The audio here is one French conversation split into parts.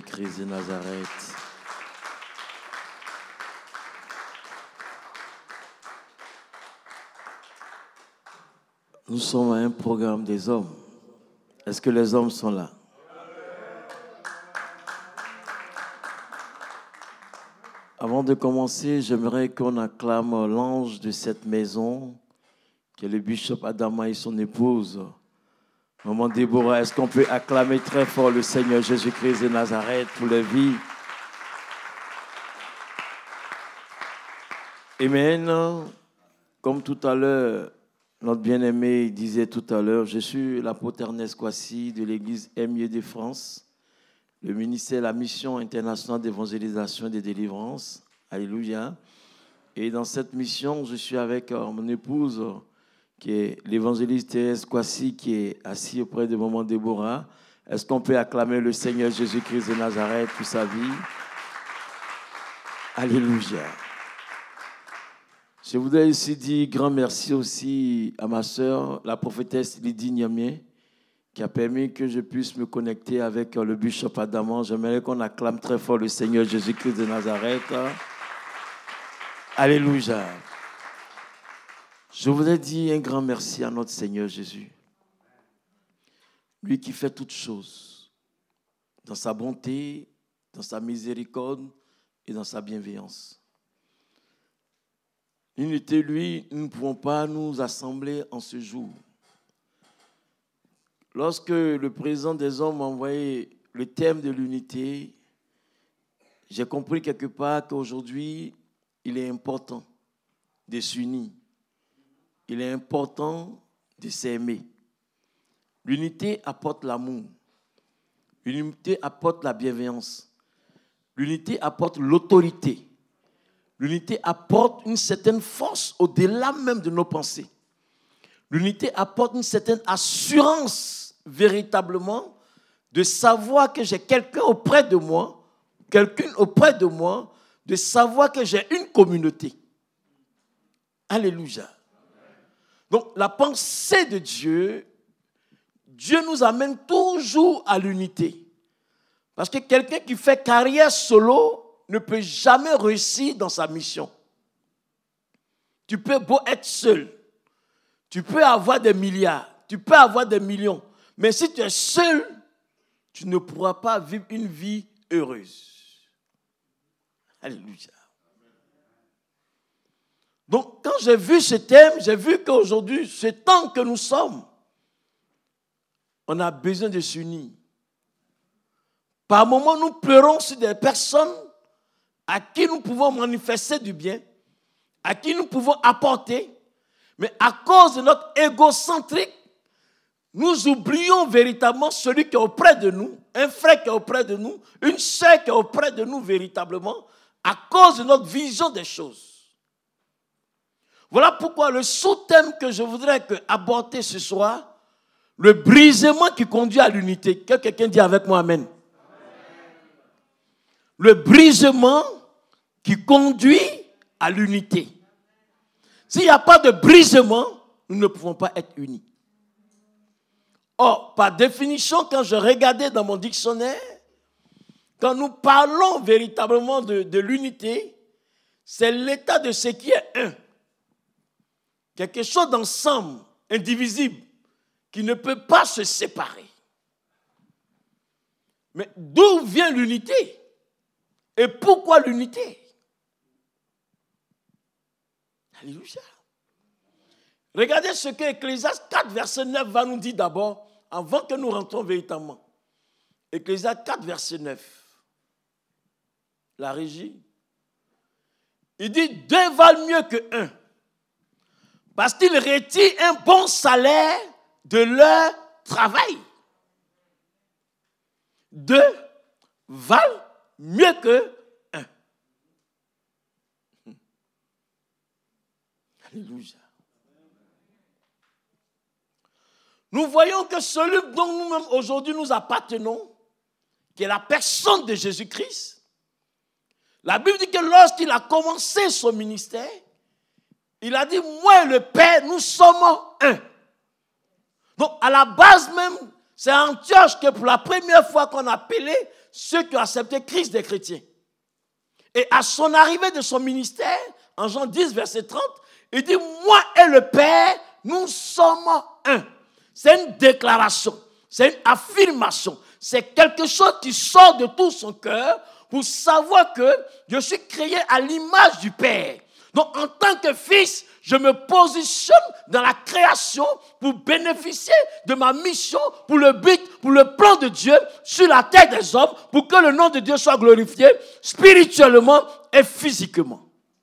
Jésus-Christ de Nazareth. Nous sommes à un programme des hommes. Est-ce que les hommes sont là? Avant de commencer, j'aimerais qu'on acclame l'ange de cette maison, qui est le bishop Adama et son épouse. Maman Déborah, est-ce qu'on peut acclamer très fort le Seigneur Jésus-Christ de Nazareth pour les vies? Amen. Comme tout à l'heure, notre bien-aimé disait tout à l'heure, je suis l'apôtre Ernest Kouassi de l'église MIE de France, le ministère de la mission internationale d'évangélisation et de délivrance. Alléluia. Et dans cette mission, je suis avec mon épouse, qui est l'évangéliste Thérèse Kouassi, qui est assis auprès de maman Déborah. Est-ce qu'on peut acclamer le Seigneur Jésus-Christ de Nazareth pour sa vie? Alléluia. Je voudrais ici dire grand merci aussi à ma sœur, la prophétesse Lydie Niamien, qui a permis que je puisse me connecter avec le bishop Adama. J'aimerais qu'on acclame très fort le Seigneur Jésus-Christ de Nazareth. Alléluia. Je voudrais dire un grand merci à notre Seigneur Jésus. Lui qui fait toutes choses, dans sa bonté, dans sa miséricorde et dans sa bienveillance. L'unité, lui, nous ne pouvons pas nous assembler en ce jour. Lorsque le président des hommes m'a envoyé le thème de l'unité, j'ai compris quelque part qu'aujourd'hui, il est important de s'unir. Il est important de s'aimer. L'unité apporte l'amour. L'unité apporte la bienveillance. L'unité apporte l'autorité. L'unité apporte une certaine force au-delà même de nos pensées. L'unité apporte une certaine assurance véritablement de savoir que j'ai quelqu'un auprès de moi, de savoir que j'ai une communauté. Alléluia. Donc la pensée de Dieu nous amène toujours à l'unité. Parce que quelqu'un qui fait carrière solo ne peut jamais réussir dans sa mission. Tu peux beau être seul, tu peux avoir des milliards, tu peux avoir des millions, mais si tu es seul, tu ne pourras pas vivre une vie heureuse. Alléluia. Donc, quand j'ai vu ce thème, j'ai vu qu'aujourd'hui, ce temps que nous sommes, on a besoin de s'unir. Par moments, nous pleurons sur des personnes à qui nous pouvons manifester du bien, à qui nous pouvons apporter, mais à cause de notre égocentrique, nous oublions véritablement celui qui est auprès de nous, un frère qui est auprès de nous, une sœur qui est auprès de nous véritablement, à cause de notre vision des choses. Voilà pourquoi le sous-thème que je voudrais aborder ce soir, le brisement qui conduit à l'unité. Que quelqu'un dit avec moi amen. Le brisement qui conduit à l'unité. S'il n'y a pas de brisement, nous ne pouvons pas être unis. Or, par définition, quand je regardais dans mon dictionnaire, quand nous parlons véritablement de l'unité, c'est l'état de ce qui est un. Quelque chose d'ensemble, indivisible, qui ne peut pas se séparer. Mais d'où vient l'unité? Et pourquoi l'unité? Alléluia. Regardez ce que Ecclésiaste 4, verset 9 va nous dire d'abord, avant que nous rentrons véritablement. Ecclésiaste 4, verset 9. La régie. Il dit, deux valent mieux que un. Parce qu'ils retirent un bon salaire de leur travail. Deux valent mieux que un. Alléluia. Nous voyons que celui dont nous-mêmes aujourd'hui nous appartenons, qui est la personne de Jésus-Christ, la Bible dit que lorsqu'il a commencé son ministère, il a dit, moi et le Père, nous sommes un. Donc, à la base même, C'est à Antioche que pour la première fois qu'on appelait ceux qui ont accepté Christ des chrétiens. Et à son arrivée de son ministère, en Jean 10, verset 30, il dit, moi et le Père, nous sommes un. C'est une déclaration, c'est une affirmation, c'est quelque chose qui sort de tout son cœur pour savoir que je suis créé à l'image du Père. Donc en tant que fils, je me positionne dans la création pour bénéficier de ma mission, pour le but, pour le plan de Dieu sur la terre des hommes, pour que le nom de Dieu soit glorifié spirituellement et physiquement.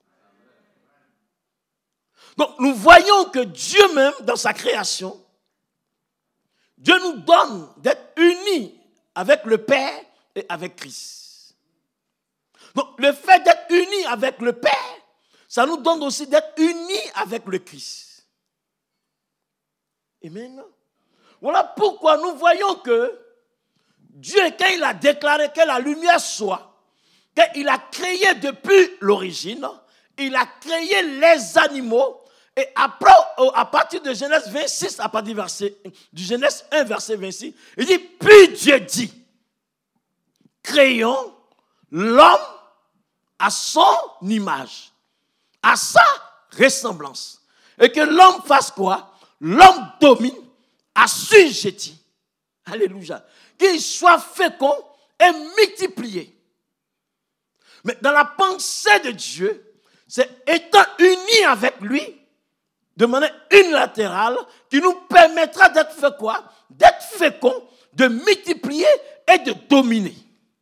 Donc nous voyons que Dieu même, dans sa création, Dieu nous donne d'être unis avec le Père et avec Christ. Donc le fait d'être unis avec le Père, ça nous donne aussi d'être unis avec le Christ. Amen. Voilà pourquoi nous voyons que Dieu, quand il a déclaré que la lumière soit, qu'il a créé depuis l'origine, il a créé les animaux. Et après, à partir de Genèse 26, à partir du Genèse 1, verset 26, il dit, puis Dieu dit, créons l'homme à son image, à sa ressemblance. Et que l'homme fasse quoi? L'homme domine, assujetti. Alléluia. Qu'il soit fécond et multiplié. Mais dans la pensée de Dieu, c'est étant unis avec lui, de manière unilatérale, qui nous permettra d'être fait quoi? D'être fécond, de multiplier et de dominer.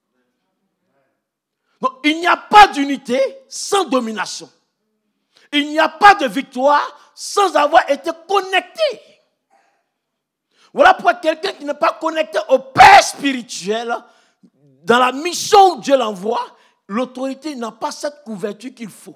Donc, il n'y a pas d'unité sans domination. Il n'y a pas de victoire sans avoir été connecté. Voilà pourquoi quelqu'un qui n'est pas connecté au Père spirituel, dans la mission où Dieu l'envoie, l'autorité n'a pas cette couverture qu'il faut.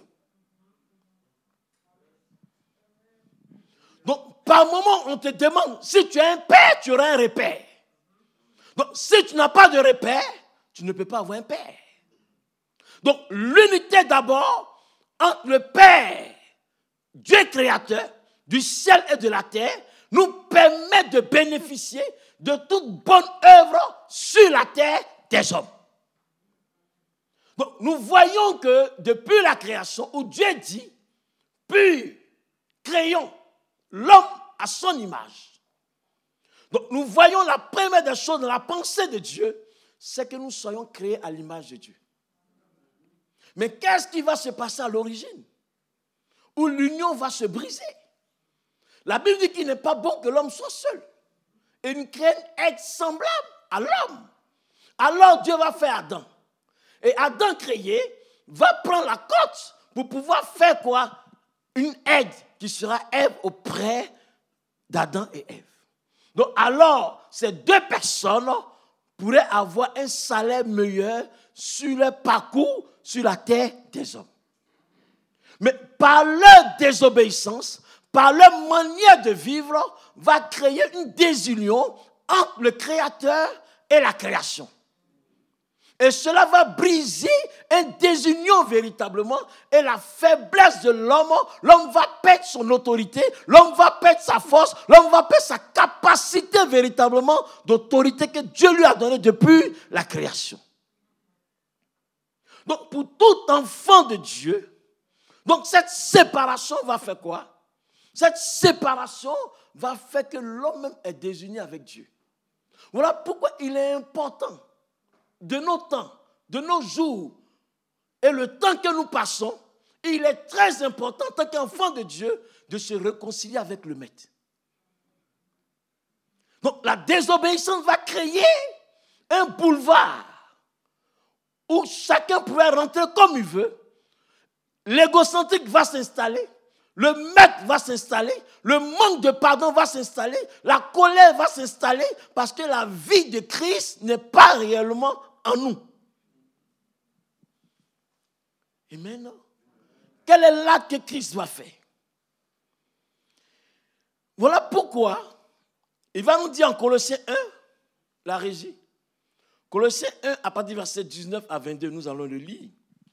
Donc, par moment, on te demande, si tu as un père, tu auras un repère. Donc, si tu n'as pas de repère, tu ne peux pas avoir un père. Donc, l'unité d'abord entre le Père, Dieu créateur, du ciel et de la terre, nous permet de bénéficier de toute bonne œuvre sur la terre des hommes. Donc, nous voyons que depuis la création, où Dieu dit, puis créons l'homme à son image. Donc, nous voyons la première des choses dans la pensée de Dieu, c'est que nous soyons créés à l'image de Dieu. Mais qu'est-ce qui va se passer à l'origine? Où l'union va se briser. La Bible dit qu'il n'est pas bon que l'homme soit seul. Et il crée une aide semblable à l'homme. Alors Dieu va faire Adam. Et Adam créé va prendre la côte pour pouvoir faire quoi? Une aide qui sera Ève auprès d'Adam et Ève. Donc alors, ces deux personnes pourraient avoir un salaire meilleur sur leur parcours sur la terre des hommes. Mais par leur désobéissance, par leur manière de vivre, va créer une désunion entre le Créateur et la création. Et cela va briser une désunion véritablement et la faiblesse de l'homme. L'homme va perdre son autorité, l'homme va perdre sa force, l'homme va perdre sa capacité véritablement d'autorité que Dieu lui a donnée depuis la création. Donc pour tout enfant de Dieu, donc cette séparation va faire quoi? Cette séparation va faire que l'homme même est désuni avec Dieu. Voilà pourquoi il est important de nos temps, de nos jours, et le temps que nous passons, il est très important, en tant qu'enfant de Dieu, de se réconcilier avec le Maître. Donc la désobéissance va créer un boulevard où chacun pourrait rentrer comme il veut, l'égocentrique va s'installer, le maître va s'installer, le manque de pardon va s'installer, la colère va s'installer parce que la vie de Christ n'est pas réellement en nous. Et maintenant, quel est l'acte que Christ doit faire? Voilà pourquoi il va nous dire en Colossiens 1, la régie, Colossiens 1, à partir du verset 19 à 22, nous allons le lire.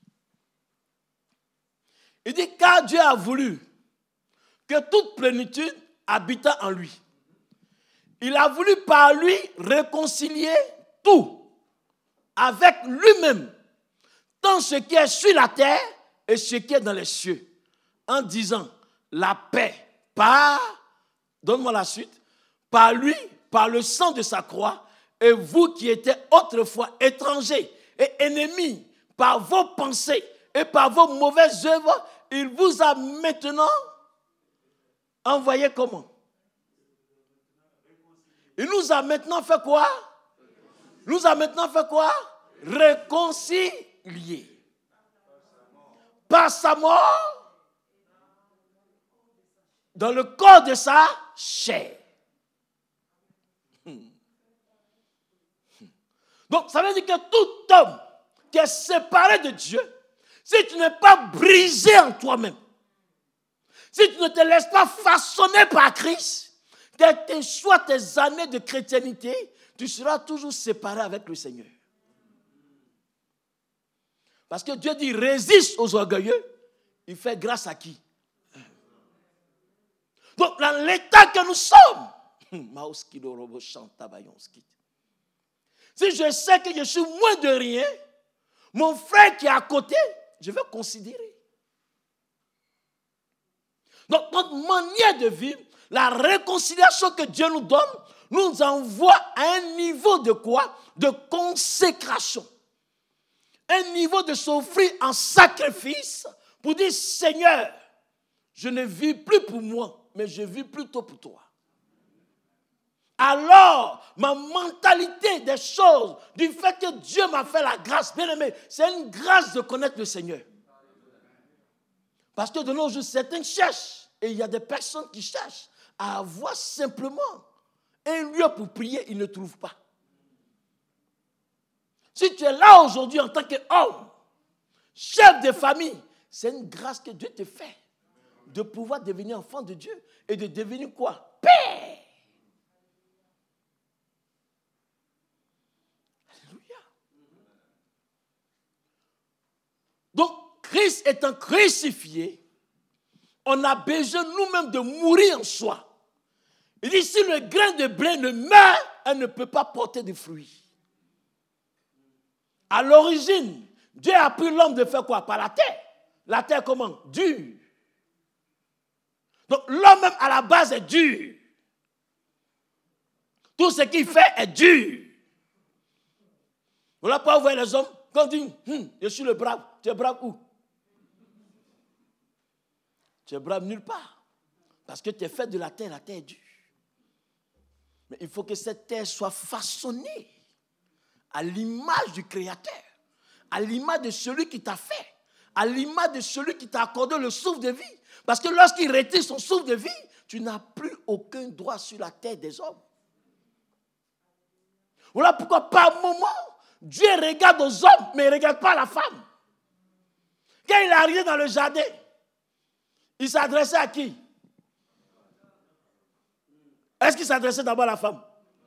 Il dit, car Dieu a voulu que toute plénitude habitât en lui. Il a voulu par lui réconcilier tout avec lui-même, tant ce qui est sur la terre et ce qui est dans les cieux, en disant la paix par, donne-moi la suite, par lui, par le sang de sa croix, et vous qui étiez autrefois étrangers et ennemis par vos pensées et par vos mauvaises œuvres, il vous a maintenant envoyé comment? Il nous a maintenant fait quoi? Nous a maintenant fait quoi? Réconcilier. Par sa mort, dans le corps de sa chair. Donc, ça veut dire que tout homme qui est séparé de Dieu, si tu n'es pas brisé en toi-même, si tu ne te laisses pas façonner par Christ, quelles que soient tes années de chrétienté, tu seras toujours séparé avec le Seigneur. Parce que Dieu dit, résiste aux orgueilleux, il fait grâce à qui? Donc, dans l'état que nous sommes, si je sais que je suis moins de rien, mon frère qui est à côté, je vais considérer. Donc, notre manière de vivre, la réconciliation que Dieu nous donne, nous envoie à un niveau de quoi? De consécration. Un niveau de s'offrir en sacrifice pour dire, Seigneur, je ne vis plus pour moi, mais je vis plutôt pour toi. Alors, ma mentalité des choses, du fait que Dieu m'a fait la grâce, bien aimé, c'est une grâce de connaître le Seigneur. Parce que de nos jours, certains cherchent, et il y a des personnes qui cherchent à avoir simplement un lieu pour prier, ils ne trouvent pas. Si tu es là aujourd'hui en tant qu'homme, chef de famille, c'est une grâce que Dieu te fait de pouvoir devenir enfant de Dieu et de devenir quoi? Père. Alléluia. Donc, Christ étant crucifié, on a besoin nous-mêmes de mourir en soi. Il dit, si le grain de blé ne meurt, elle ne peut pas porter de fruits. À l'origine, Dieu a pris l'homme de faire quoi? Par la terre. La terre comment? Dure. Donc l'homme même à la base est dur. Tout ce qu'il fait est dur. On n'a pas ouvert les hommes. Quand on dit, je suis le brave, tu es brave où? Tu es brave nulle part. Parce que tu es fait de la terre est dure. Mais il faut que cette terre soit façonnée à l'image du Créateur, à l'image de celui qui t'a fait, à l'image de celui qui t'a accordé le souffle de vie. Parce que lorsqu'il retire son souffle de vie, tu n'as plus aucun droit sur la terre des hommes. Voilà pourquoi par moment, Dieu regarde aux hommes, mais il ne regarde pas la femme. Quand il est arrivé dans le jardin, il s'adressait à qui? Est-ce qu'il s'adressait d'abord à la femme?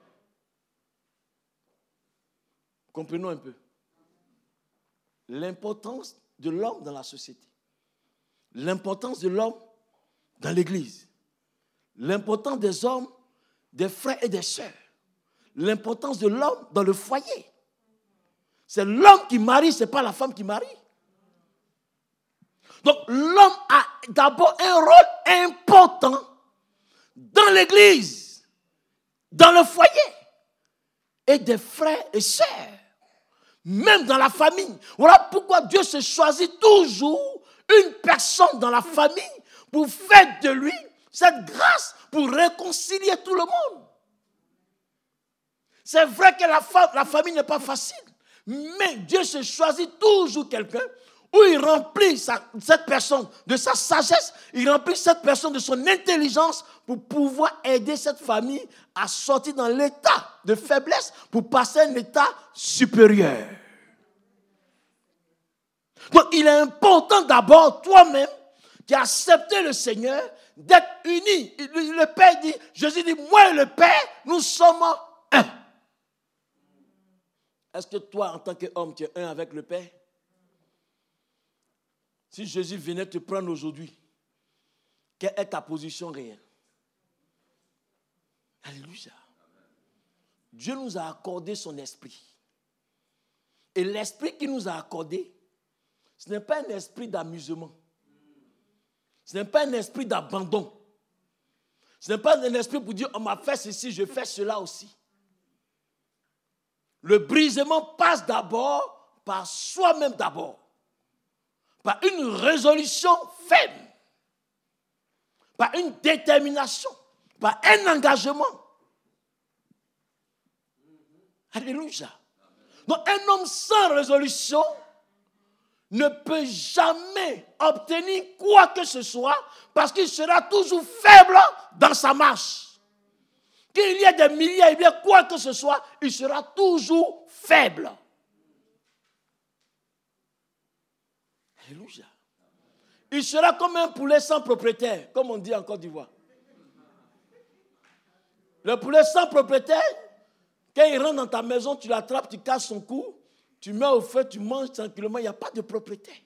Comprenons un peu. L'importance de l'homme dans la société. L'importance de l'homme dans l'église. L'importance des hommes, des frères et des sœurs. L'importance de l'homme dans le foyer. C'est l'homme qui marie, ce n'est pas la femme qui marie. Donc l'homme a d'abord un rôle important dans l'église, dans le foyer, et des frères et sœurs, même dans la famille. Voilà pourquoi Dieu se choisit toujours une personne dans la famille pour faire de lui cette grâce pour réconcilier tout le monde. C'est vrai que la famille n'est pas facile, mais Dieu se choisit toujours quelqu'un où il remplit cette personne de sa sagesse, il remplit cette personne de son intelligence pour pouvoir aider cette famille à sortir dans l'état de faiblesse pour passer à un état supérieur. Donc il est important d'abord toi-même qui as accepté le Seigneur d'être uni. Le Père dit, Jésus dit, moi et le Père, nous sommes un. Est-ce que toi, en tant qu'homme, tu es un avec le Père? Si Jésus venait te prendre aujourd'hui, quelle est ta position réelle? Alléluia. Dieu nous a accordé son esprit. Et l'esprit qu'il nous a accordé, ce n'est pas un esprit d'amusement. Ce n'est pas un esprit d'abandon. Ce n'est pas un esprit pour dire, on m'a fait ceci, je fais cela aussi. Le brisement passe d'abord par soi-même d'abord. Par une résolution ferme. Par une détermination. Par un engagement. Alléluia. Donc un homme sans résolution ne peut jamais obtenir quoi que ce soit parce qu'il sera toujours faible dans sa marche. Qu'il y ait des milliers, il y ait quoi que ce soit, il sera toujours faible. Alléluia. Il sera comme un poulet sans propriétaire, comme on dit en Côte d'Ivoire. Le poulet sans propriétaire, quand il rentre dans ta maison, tu l'attrapes, tu casses son cou, tu mets au feu, tu manges tranquillement, il n'y a pas de propriétaire.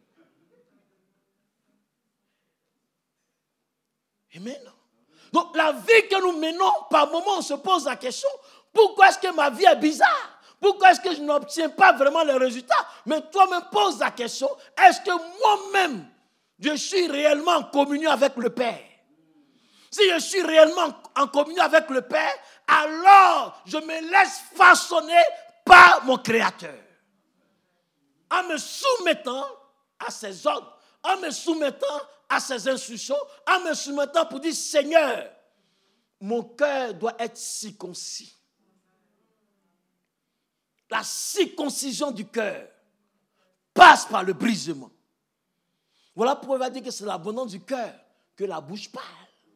Amen. Donc la vie que nous menons, par moments, on se pose la question, pourquoi est-ce que ma vie est bizarre? Pourquoi est-ce que je n'obtiens pas vraiment les résultats? Mais toi-même pose la question, est-ce que moi-même, je suis réellement en communion avec le Père? Si je suis réellement en communion avec le Père, alors je me laisse façonner par mon Créateur. En me soumettant à ses ordres, en me soumettant à ses instructions, en me soumettant pour dire, Seigneur, mon cœur doit être circoncis. La circoncision du cœur passe par le brisement. Voilà pourquoi on va dire que c'est l'abondance du cœur que la bouche parle.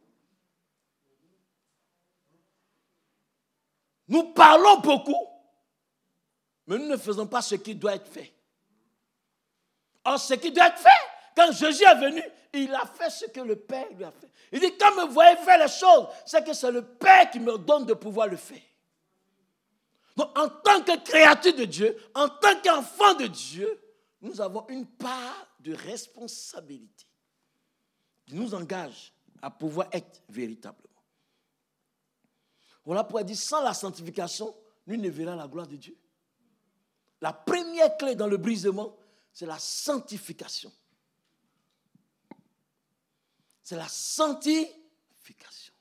Nous parlons beaucoup, mais nous ne faisons pas ce qui doit être fait. Or, ce qui doit être fait, quand Jésus est venu, il a fait ce que le Père lui a fait. Il dit, quand vous voyez faire les choses, c'est que c'est le Père qui me donne de pouvoir le faire. Donc, en tant que créature de Dieu, en tant qu'enfant de Dieu, nous avons une part de responsabilité qui nous engage à pouvoir être véritablement. Voilà pourquoi il dit, sans la sanctification, nul ne verra la gloire de Dieu. La première clé dans le brisement, c'est la sanctification. C'est la sanctification.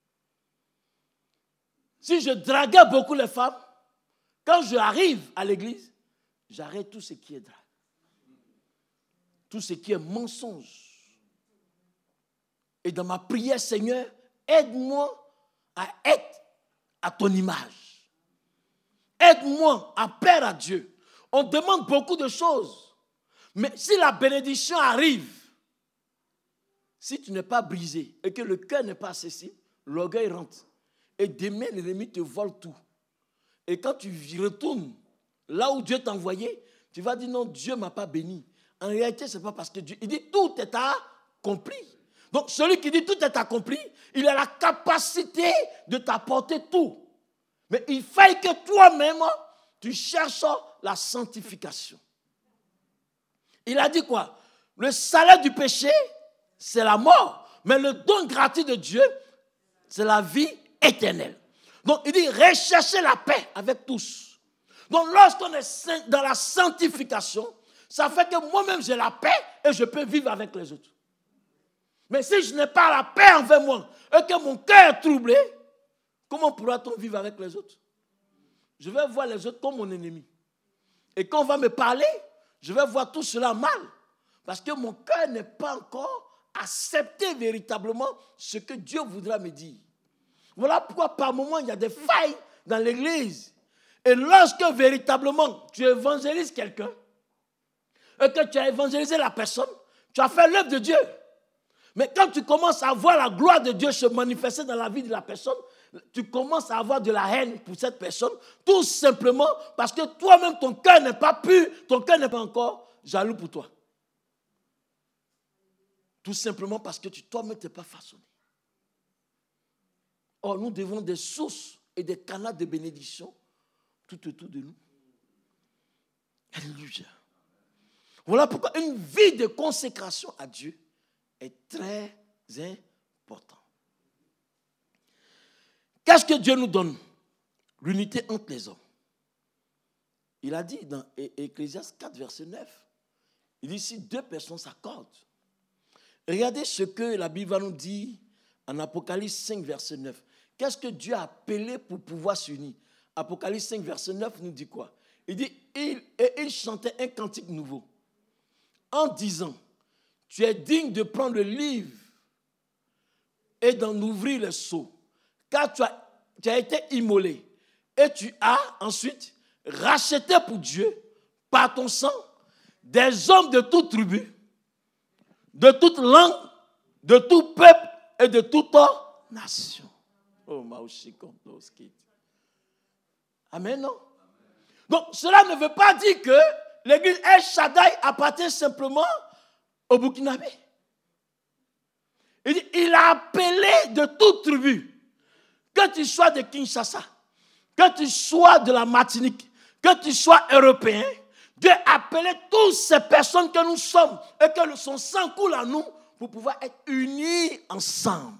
Si je draguais beaucoup les femmes, quand j'arrive à l'église, j'arrête tout ce qui est drague. Tout ce qui est mensonge. Et dans ma prière, Seigneur, aide-moi à être à ton image. Aide-moi à plaire à Dieu. On demande beaucoup de choses. Mais si la bénédiction arrive, si tu n'es pas brisé et que le cœur n'est pas accessible, l'orgueil rentre. Et demain, l'ennemi te vole tout. Et quand tu retournes là où Dieu t'a envoyé, tu vas dire non, Dieu ne m'a pas béni. En réalité, ce n'est pas parce que Dieu... Il dit tout est accompli. Donc celui qui dit tout est accompli, il a la capacité de t'apporter tout. Mais il faut que toi-même, tu cherches la sanctification. Il a dit quoi? Le salaire du péché, c'est la mort. Mais le don gratuit de Dieu, c'est la vie éternelle. Donc il dit recherchez la paix avec tous. Donc lorsqu'on est dans la sanctification, ça fait que moi-même j'ai la paix et je peux vivre avec les autres. Mais si je n'ai pas la paix envers moi et que mon cœur est troublé, comment pourra-t-on vivre avec les autres? Je vais voir les autres comme mon ennemi. Et quand on va me parler, je vais voir tout cela mal. Parce que mon cœur n'est pas encore accepté véritablement ce que Dieu voudra me dire. Voilà pourquoi par moments il y a des failles dans l'église. Et lorsque véritablement tu évangélises quelqu'un, et que tu as évangélisé la personne, tu as fait l'œuvre de Dieu. Mais quand tu commences à voir la gloire de Dieu se manifester dans la vie de la personne, tu commences à avoir de la haine pour cette personne, tout simplement parce que toi-même, ton cœur n'est pas pur, ton cœur n'est pas encore jaloux pour toi. Tout simplement parce que toi-même, tu n'es pas façonné. Or, nous devons des sources et des canaux de bénédiction tout autour de nous. Alléluia. Voilà pourquoi une vie de consécration à Dieu est très important. Qu'est-ce que Dieu nous donne? l'unité entre les hommes. Il a dit dans Ecclésiaste 4, verset 9, il dit si 2 personnes s'accordent. Regardez ce que la Bible va nous dire en Apocalypse 5, verset 9. Qu'est-ce que Dieu a appelé pour pouvoir s'unir? Apocalypse 5, verset 9 nous dit quoi? Il dit, il chantait un cantique nouveau en disant, tu es digne de prendre le livre et d'en ouvrir le sceau, car tu as été immolé et tu as ensuite racheté pour Dieu par ton sang des hommes de toute tribu, de toute langue, de tout peuple et de toute nation. Oh, Amen, non? Donc, cela ne veut pas dire que l'église El Shaddai appartient simplement au Burkinabé. Il a appelé de toute tribu, que tu sois de Kinshasa, que tu sois de la Martinique, que tu sois européen, Dieu a appelé toutes ces personnes que nous sommes et que son sang coule en nous pour pouvoir être unis ensemble.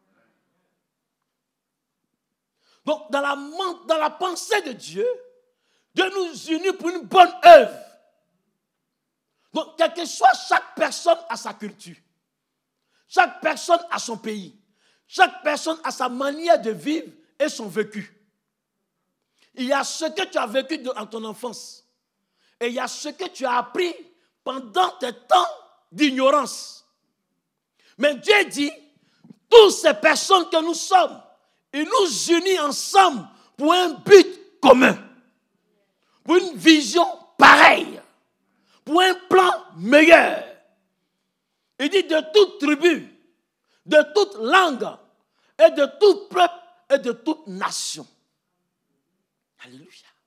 Donc, dans la pensée de Dieu, Dieu nous unit pour une bonne œuvre. Donc, quel que soit chaque personne a sa culture. Chaque personne a son pays. Chaque personne a sa manière de vivre et son vécu. Il y a ce que tu as vécu dans ton enfance. Et il y a ce que tu as appris pendant tes temps d'ignorance. Mais Dieu dit, toutes ces personnes que nous sommes, il nous unit ensemble pour un but commun. Pour une vision pareille. Pour un plan meilleur. Il dit de toute tribu, de toute langue, et de tout peuple, et de toute nation. Alléluia.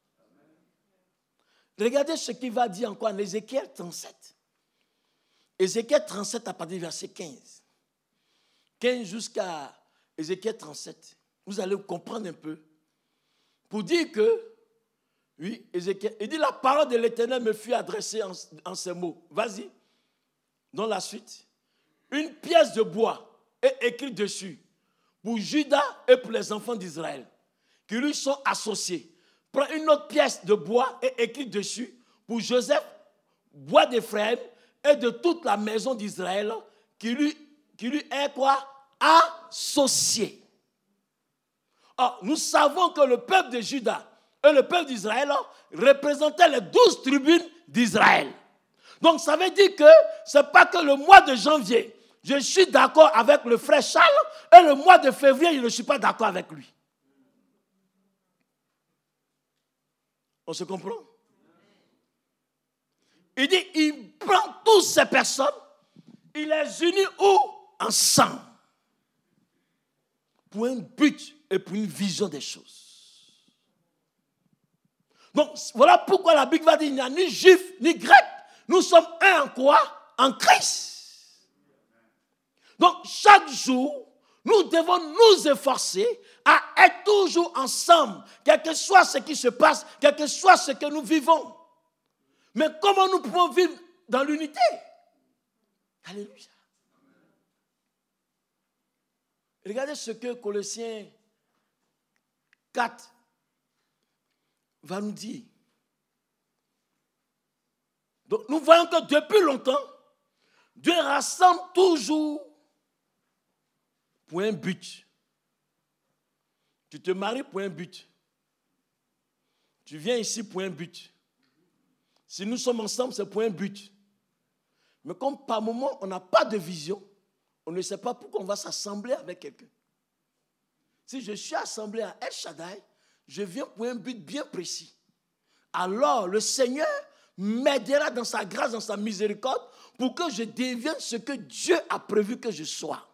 Regardez ce qu'il va dire encore en Ézéchiel 37. Ézéchiel 37 à partir du verset 15. 15 jusqu'à Ézéchiel 37. Vous allez comprendre un peu. Pour dire que, oui, Ézéchiel, il dit la parole de l'Éternel me fut adressée en ces mots. Vas-y. Dans la suite, une pièce de bois est écrite dessus pour Juda et pour les enfants d'Israël qui lui sont associés. Prends une autre pièce de bois et écrite dessus pour Joseph, bois d'Éphraïm et de toute la maison d'Israël qui lui est quoi? Associé. Or, nous savons que le peuple de Juda et le peuple d'Israël représentaient les 12 tribus d'Israël. Donc, ça veut dire que ce n'est pas que le mois de janvier, je suis d'accord avec le frère Charles, et le mois de février, je ne suis pas d'accord avec lui. On se comprend? Il dit, il prend toutes ces personnes, il les unit où? Ensemble. Pour un but et pour une vision des choses. Donc, voilà pourquoi la Bible va dire, il n'y a ni juif, ni grec. Nous sommes un en quoi? En Christ. Donc, chaque jour, nous devons nous efforcer à être toujours ensemble, quel que soit ce qui se passe, quel que soit ce que nous vivons. Mais comment nous pouvons vivre dans l'unité? Alléluia. Regardez ce que Colossiens 4 va nous dire. Donc, nous voyons que depuis longtemps, Dieu rassemble toujours pour un but. Tu te maries pour un but. Tu viens ici pour un but. Si nous sommes ensemble, c'est pour un but. Mais comme par moment, on n'a pas de vision, on ne sait pas pourquoi on va s'assembler avec quelqu'un. Si je suis assemblé à El Shaddai, je viens pour un but bien précis. Alors, le Seigneur m'aidera dans sa grâce, dans sa miséricorde, pour que je devienne ce que Dieu a prévu que je sois.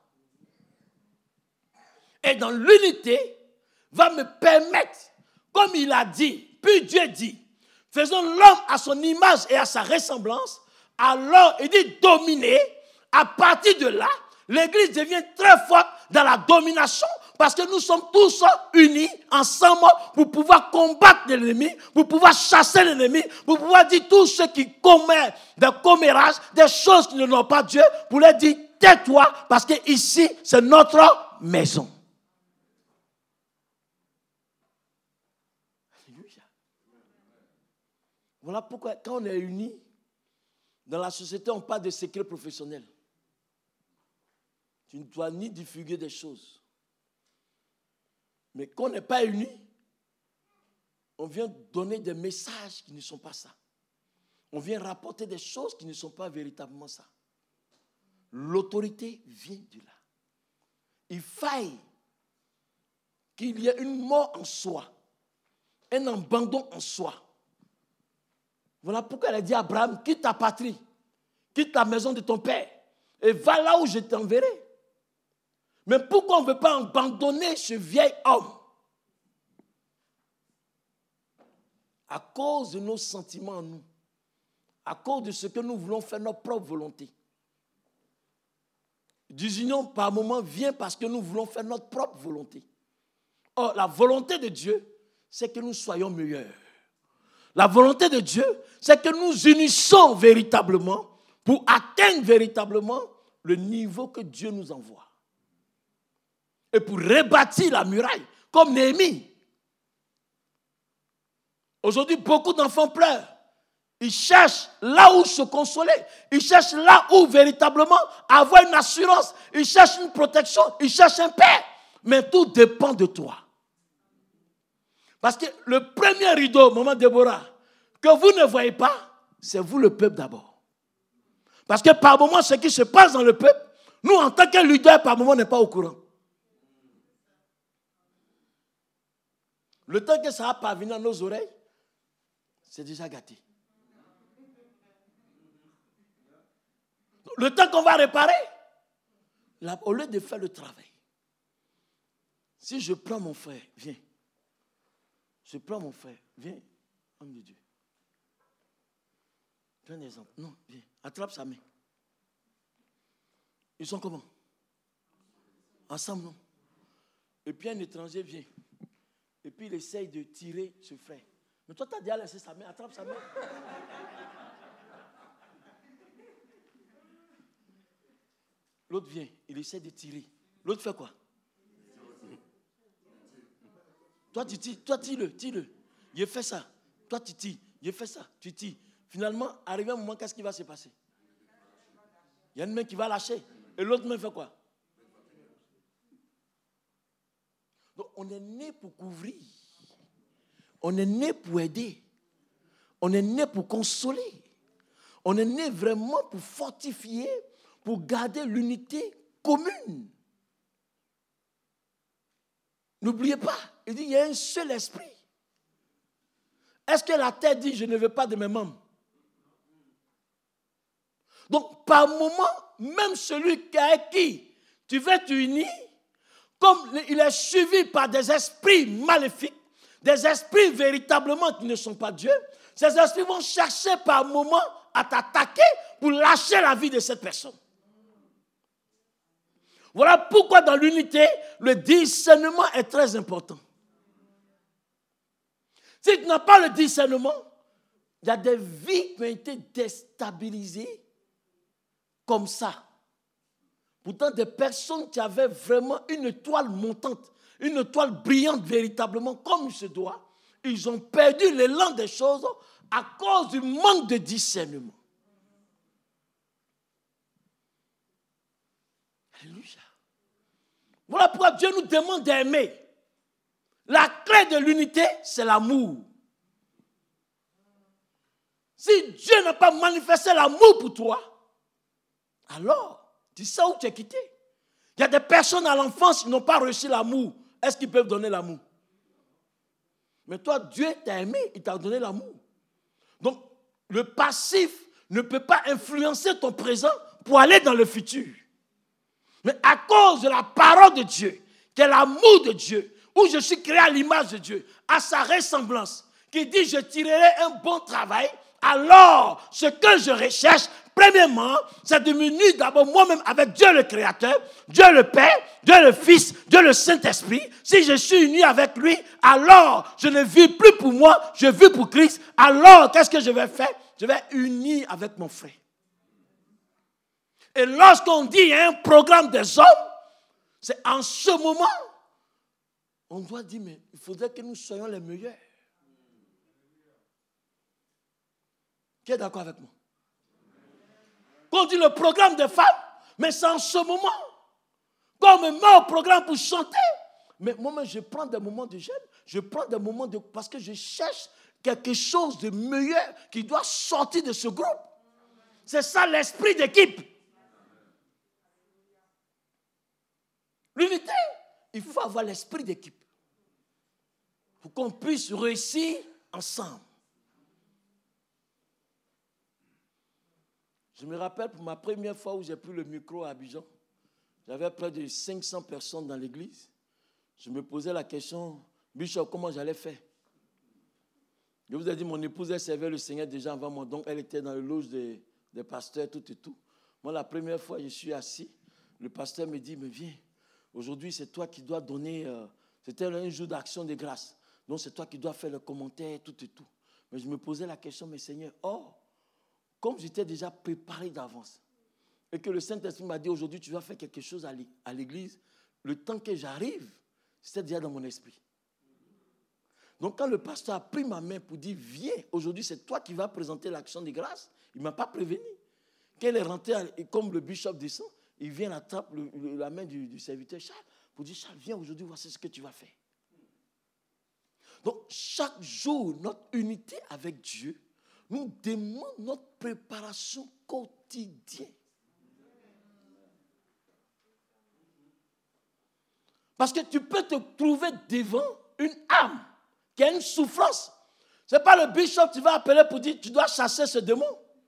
Et dans l'unité, va me permettre, comme il a dit, puis Dieu dit, faisons l'homme à son image et à sa ressemblance, alors il dit dominer. À partir de là, l'Église devient très forte dans la domination parce que nous sommes tous unis ensemble pour pouvoir combattre l'ennemi, pour pouvoir chasser l'ennemi, pour pouvoir dire tous ceux qui commettent des commérages, des choses qui ne n'ont pas Dieu, pour leur dire tais-toi parce que ici c'est notre maison. Voilà pourquoi quand on est unis, dans la société, on parle de secrets professionnels. Tu ne dois ni divulguer des choses. Mais quand on n'est pas unis, on vient donner des messages qui ne sont pas ça. On vient rapporter des choses qui ne sont pas véritablement ça. L'autorité vient de là. Il faille qu'il y ait une mort en soi, un abandon en soi. Voilà pourquoi elle a dit à Abraham, quitte ta patrie, quitte la maison de ton père, et va là où je t'enverrai. Mais pourquoi on ne veut pas abandonner ce vieil homme? À cause de nos sentiments en nous, à cause de ce que nous voulons faire notre propre volonté. Désunion par moment vient parce que nous voulons faire notre propre volonté. Or, la volonté de Dieu, c'est que nous soyons meilleurs. La volonté de Dieu, c'est que nous unissons véritablement pour atteindre véritablement le niveau que Dieu nous envoie. Et pour rebâtir la muraille, comme Néhémie. Aujourd'hui, beaucoup d'enfants pleurent. Ils cherchent là où se consoler. Ils cherchent là où véritablement avoir une assurance. Ils cherchent une protection. Ils cherchent un père. Mais tout dépend de toi. Parce que le premier rideau, maman Déborah, que vous ne voyez pas, c'est vous le peuple d'abord. Parce que par moment, ce qui se passe dans le peuple, nous en tant que leader, par moment, on n'est pas au courant. Le temps que ça va parvenir à nos oreilles, c'est déjà gâté. Le temps qu'on va réparer, là, au lieu de faire le travail, si je prends mon frère, viens. Je prends mon frère, viens, homme de Dieu. Prends un exemple. Non, viens, attrape sa main. Ils sont comment? Ensemble, non? Et puis un étranger vient. Et puis il essaye de tirer ce frère. Mais toi, tu as déjà laissé sa main, attrape sa main. L'autre vient, il essaie de tirer. L'autre fait quoi? Toi, tu tires, toi, tire-le. Il fait ça. Toi, tu tires. Il fait ça. Tu tires. Finalement, arrivé un moment, qu'est-ce qui va se passer? Il y a une main qui va lâcher. Et l'autre main fait quoi? Donc, on est né pour couvrir. On est né pour aider. On est né pour consoler. On est né vraiment pour fortifier, pour garder l'unité commune. N'oubliez pas, il dit il y a un seul esprit. Est-ce que la terre dit je ne veux pas de mes membres? Donc par moment, même celui avec qui tu veux t'unir, comme il est suivi par des esprits maléfiques, des esprits véritablement qui ne sont pas Dieu, ces esprits vont chercher par moment à t'attaquer pour lâcher la vie de cette personne. Voilà pourquoi dans l'unité, le discernement est très important. Si tu n'as pas le discernement, il y a des vies qui ont été déstabilisées comme ça. Pourtant, des personnes qui avaient vraiment une étoile montante, une étoile brillante véritablement comme il se doit, ils ont perdu l'élan des choses à cause du manque de discernement. Alléluia. Voilà pourquoi Dieu nous demande d'aimer. La clé de l'unité, c'est l'amour. Si Dieu n'a pas manifesté l'amour pour toi, alors, tu sais où tu es quitté. Il y a des personnes à l'enfance qui n'ont pas reçu l'amour. Est-ce qu'ils peuvent donner l'amour? Mais toi, Dieu t'a aimé, il t'a donné l'amour. Donc, le passif ne peut pas influencer ton présent pour aller dans le futur. Mais à cause de la parole de Dieu, qui est l'amour de Dieu, où je suis créé à l'image de Dieu, à sa ressemblance, qui dit je tirerai un bon travail, alors ce que je recherche, premièrement, c'est de m'unir d'abord moi-même avec Dieu le Créateur, Dieu le Père, Dieu le Fils, Dieu le Saint-Esprit. Si je suis uni avec lui, alors je ne vis plus pour moi, je vis pour Christ. Alors, qu'est-ce que je vais faire? Je vais unir avec mon frère. Et lorsqu'on dit il y a un programme des hommes, c'est en ce moment, on doit dire, mais il faudrait que nous soyons les meilleurs. Qui est d'accord avec moi? Quand on dit le programme des femmes, mais c'est en ce moment. Quand on me met au programme pour chanter, mais moi, je prends des moments de jeûne, je prends des moments de... Parce que je cherche quelque chose de meilleur qui doit sortir de ce groupe. C'est ça l'esprit d'équipe. L'unité, il faut avoir l'esprit d'équipe pour qu'on puisse réussir ensemble. Je me rappelle pour ma première fois où j'ai pris le micro à Abidjan, j'avais près de 500 personnes dans l'église. Je me posais la question, Bishop, comment j'allais faire? Je vous ai dit, mon épouse, elle servait le Seigneur déjà avant moi, donc elle était dans le loge des pasteurs, tout et tout. Moi, la première fois, je suis assis, le pasteur me dit, mais viens, aujourd'hui, c'est toi qui dois donner, c'était un jour d'action de grâce, donc c'est toi qui dois faire le commentaire, tout et tout. Mais je me posais la question, mais Seigneur, comme j'étais déjà préparé d'avance, et que le Saint-Esprit m'a dit, aujourd'hui, tu vas faire quelque chose à l'église, le temps que j'arrive, c'était déjà dans mon esprit. Donc, quand le pasteur a pris ma main pour dire, viens, aujourd'hui, c'est toi qui vas présenter l'action de grâce, il ne m'a pas prévenu. Quand il est rentré, et comme le bishop descend, il vient attraper la main du serviteur Charles, pour dire, Charles, viens aujourd'hui, voici ce que tu vas faire. Donc, chaque jour, notre unité avec Dieu nous demande notre préparation quotidienne. Parce que tu peux te trouver devant une âme qui a une souffrance. Ce n'est pas le bishop que tu vas appeler pour dire tu dois chasser ce démon.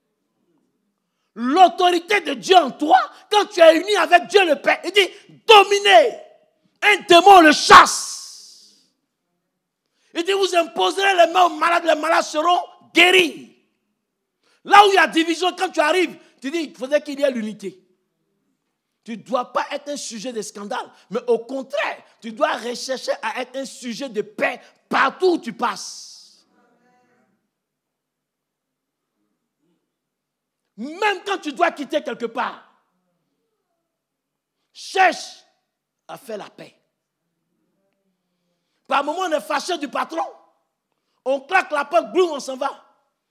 L'autorité de Dieu en toi, quand tu es uni avec Dieu le Père, il dit dominez. Un démon le chasse. Il dit vous imposerez les mains aux malades seront guéris. Là où il y a division, quand tu arrives, tu dis il faudrait qu'il y ait l'unité. Tu ne dois pas être un sujet de scandale, mais au contraire, tu dois rechercher à être un sujet de paix partout où tu passes. Même quand tu dois quitter quelque part, cherche à faire la paix. Par moment, on est fâché du patron, on claque la porte, boum, on s'en va.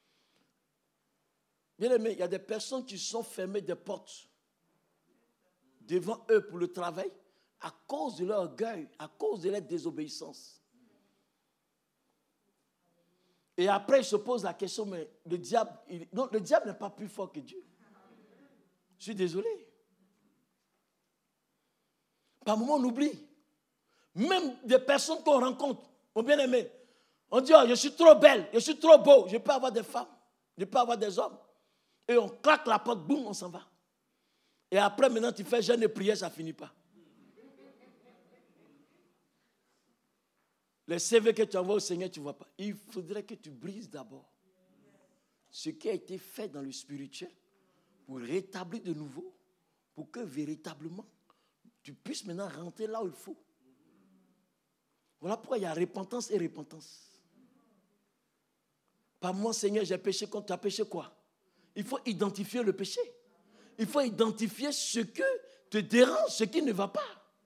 Bien aimé, il y a des personnes qui sont fermées des portes devant eux pour le travail à cause de leur orgueil, à cause de leur désobéissance. Et après, ils se posent la question, mais le diable, le diable n'est pas plus fort que Dieu. Je suis désolé. Par moment, on oublie. Même des personnes qu'on rencontre, mon bien-aimé, on dit, je suis trop belle, je suis trop beau, je peux avoir des femmes, je peux avoir des hommes. Et on claque la porte, boum, on s'en va. Et après, maintenant, tu fais jeûne et prière, ça ne finit pas. Les CV que tu envoies au Seigneur, tu ne vois pas. Il faudrait que tu brises d'abord ce qui a été fait dans le spirituel pour rétablir de nouveau, pour que véritablement, tu puisses maintenant rentrer là où il faut. Voilà pourquoi il y a repentance et repentance. Par moi, Seigneur, j'ai péché contre tu as péché quoi? Il faut identifier le péché. Il faut identifier ce que te dérange, ce qui ne va pas.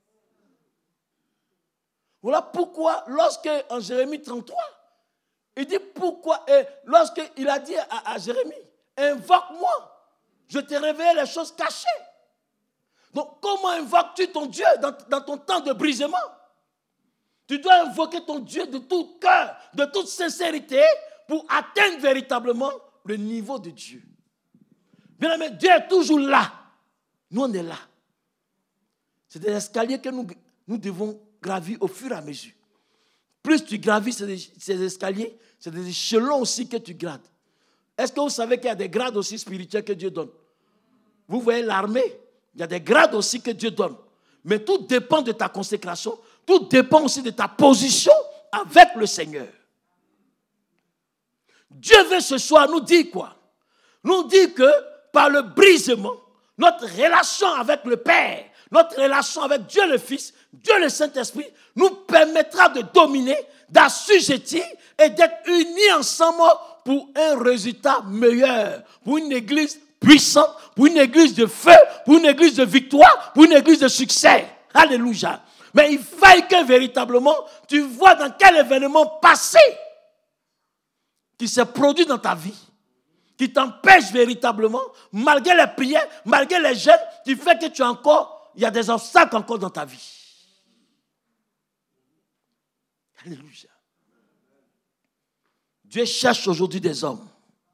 Voilà pourquoi, lorsque en Jérémie 33, il dit pourquoi, et lorsqu'il a dit à Jérémie, invoque-moi, je te révèle les choses cachées. Donc, comment invoques-tu ton Dieu dans ton temps de brisement? Tu dois invoquer ton Dieu de tout cœur, de toute sincérité, pour atteindre véritablement le niveau de Dieu. Bien aimé, Dieu est toujours là. Nous, on est là. C'est des escaliers que nous devons gravir au fur et à mesure. Plus tu gravis ces escaliers, c'est des échelons aussi que tu grades. Est-ce que vous savez qu'il y a des grades aussi spirituels que Dieu donne? Vous voyez l'armée, il y a des grades aussi que Dieu donne. Mais tout dépend de ta consécration, tout dépend aussi de ta position avec le Seigneur. Dieu veut ce soir nous dire quoi? Nous dire que par le brisement, notre relation avec le Père, notre relation avec Dieu le Fils, Dieu le Saint-Esprit, nous permettra de dominer, d'assujettir et d'être unis ensemble pour un résultat meilleur, pour une église puissante, pour une église de feu, pour une église de victoire, pour une église de succès. Alléluia. Mais il faille que véritablement, tu vois dans quel événement passé qui s'est produit dans ta vie. qui t'empêche véritablement, malgré les prières, malgré les jeûnes, qui fait que il y a des obstacles encore dans ta vie. Alléluia. Dieu cherche aujourd'hui des hommes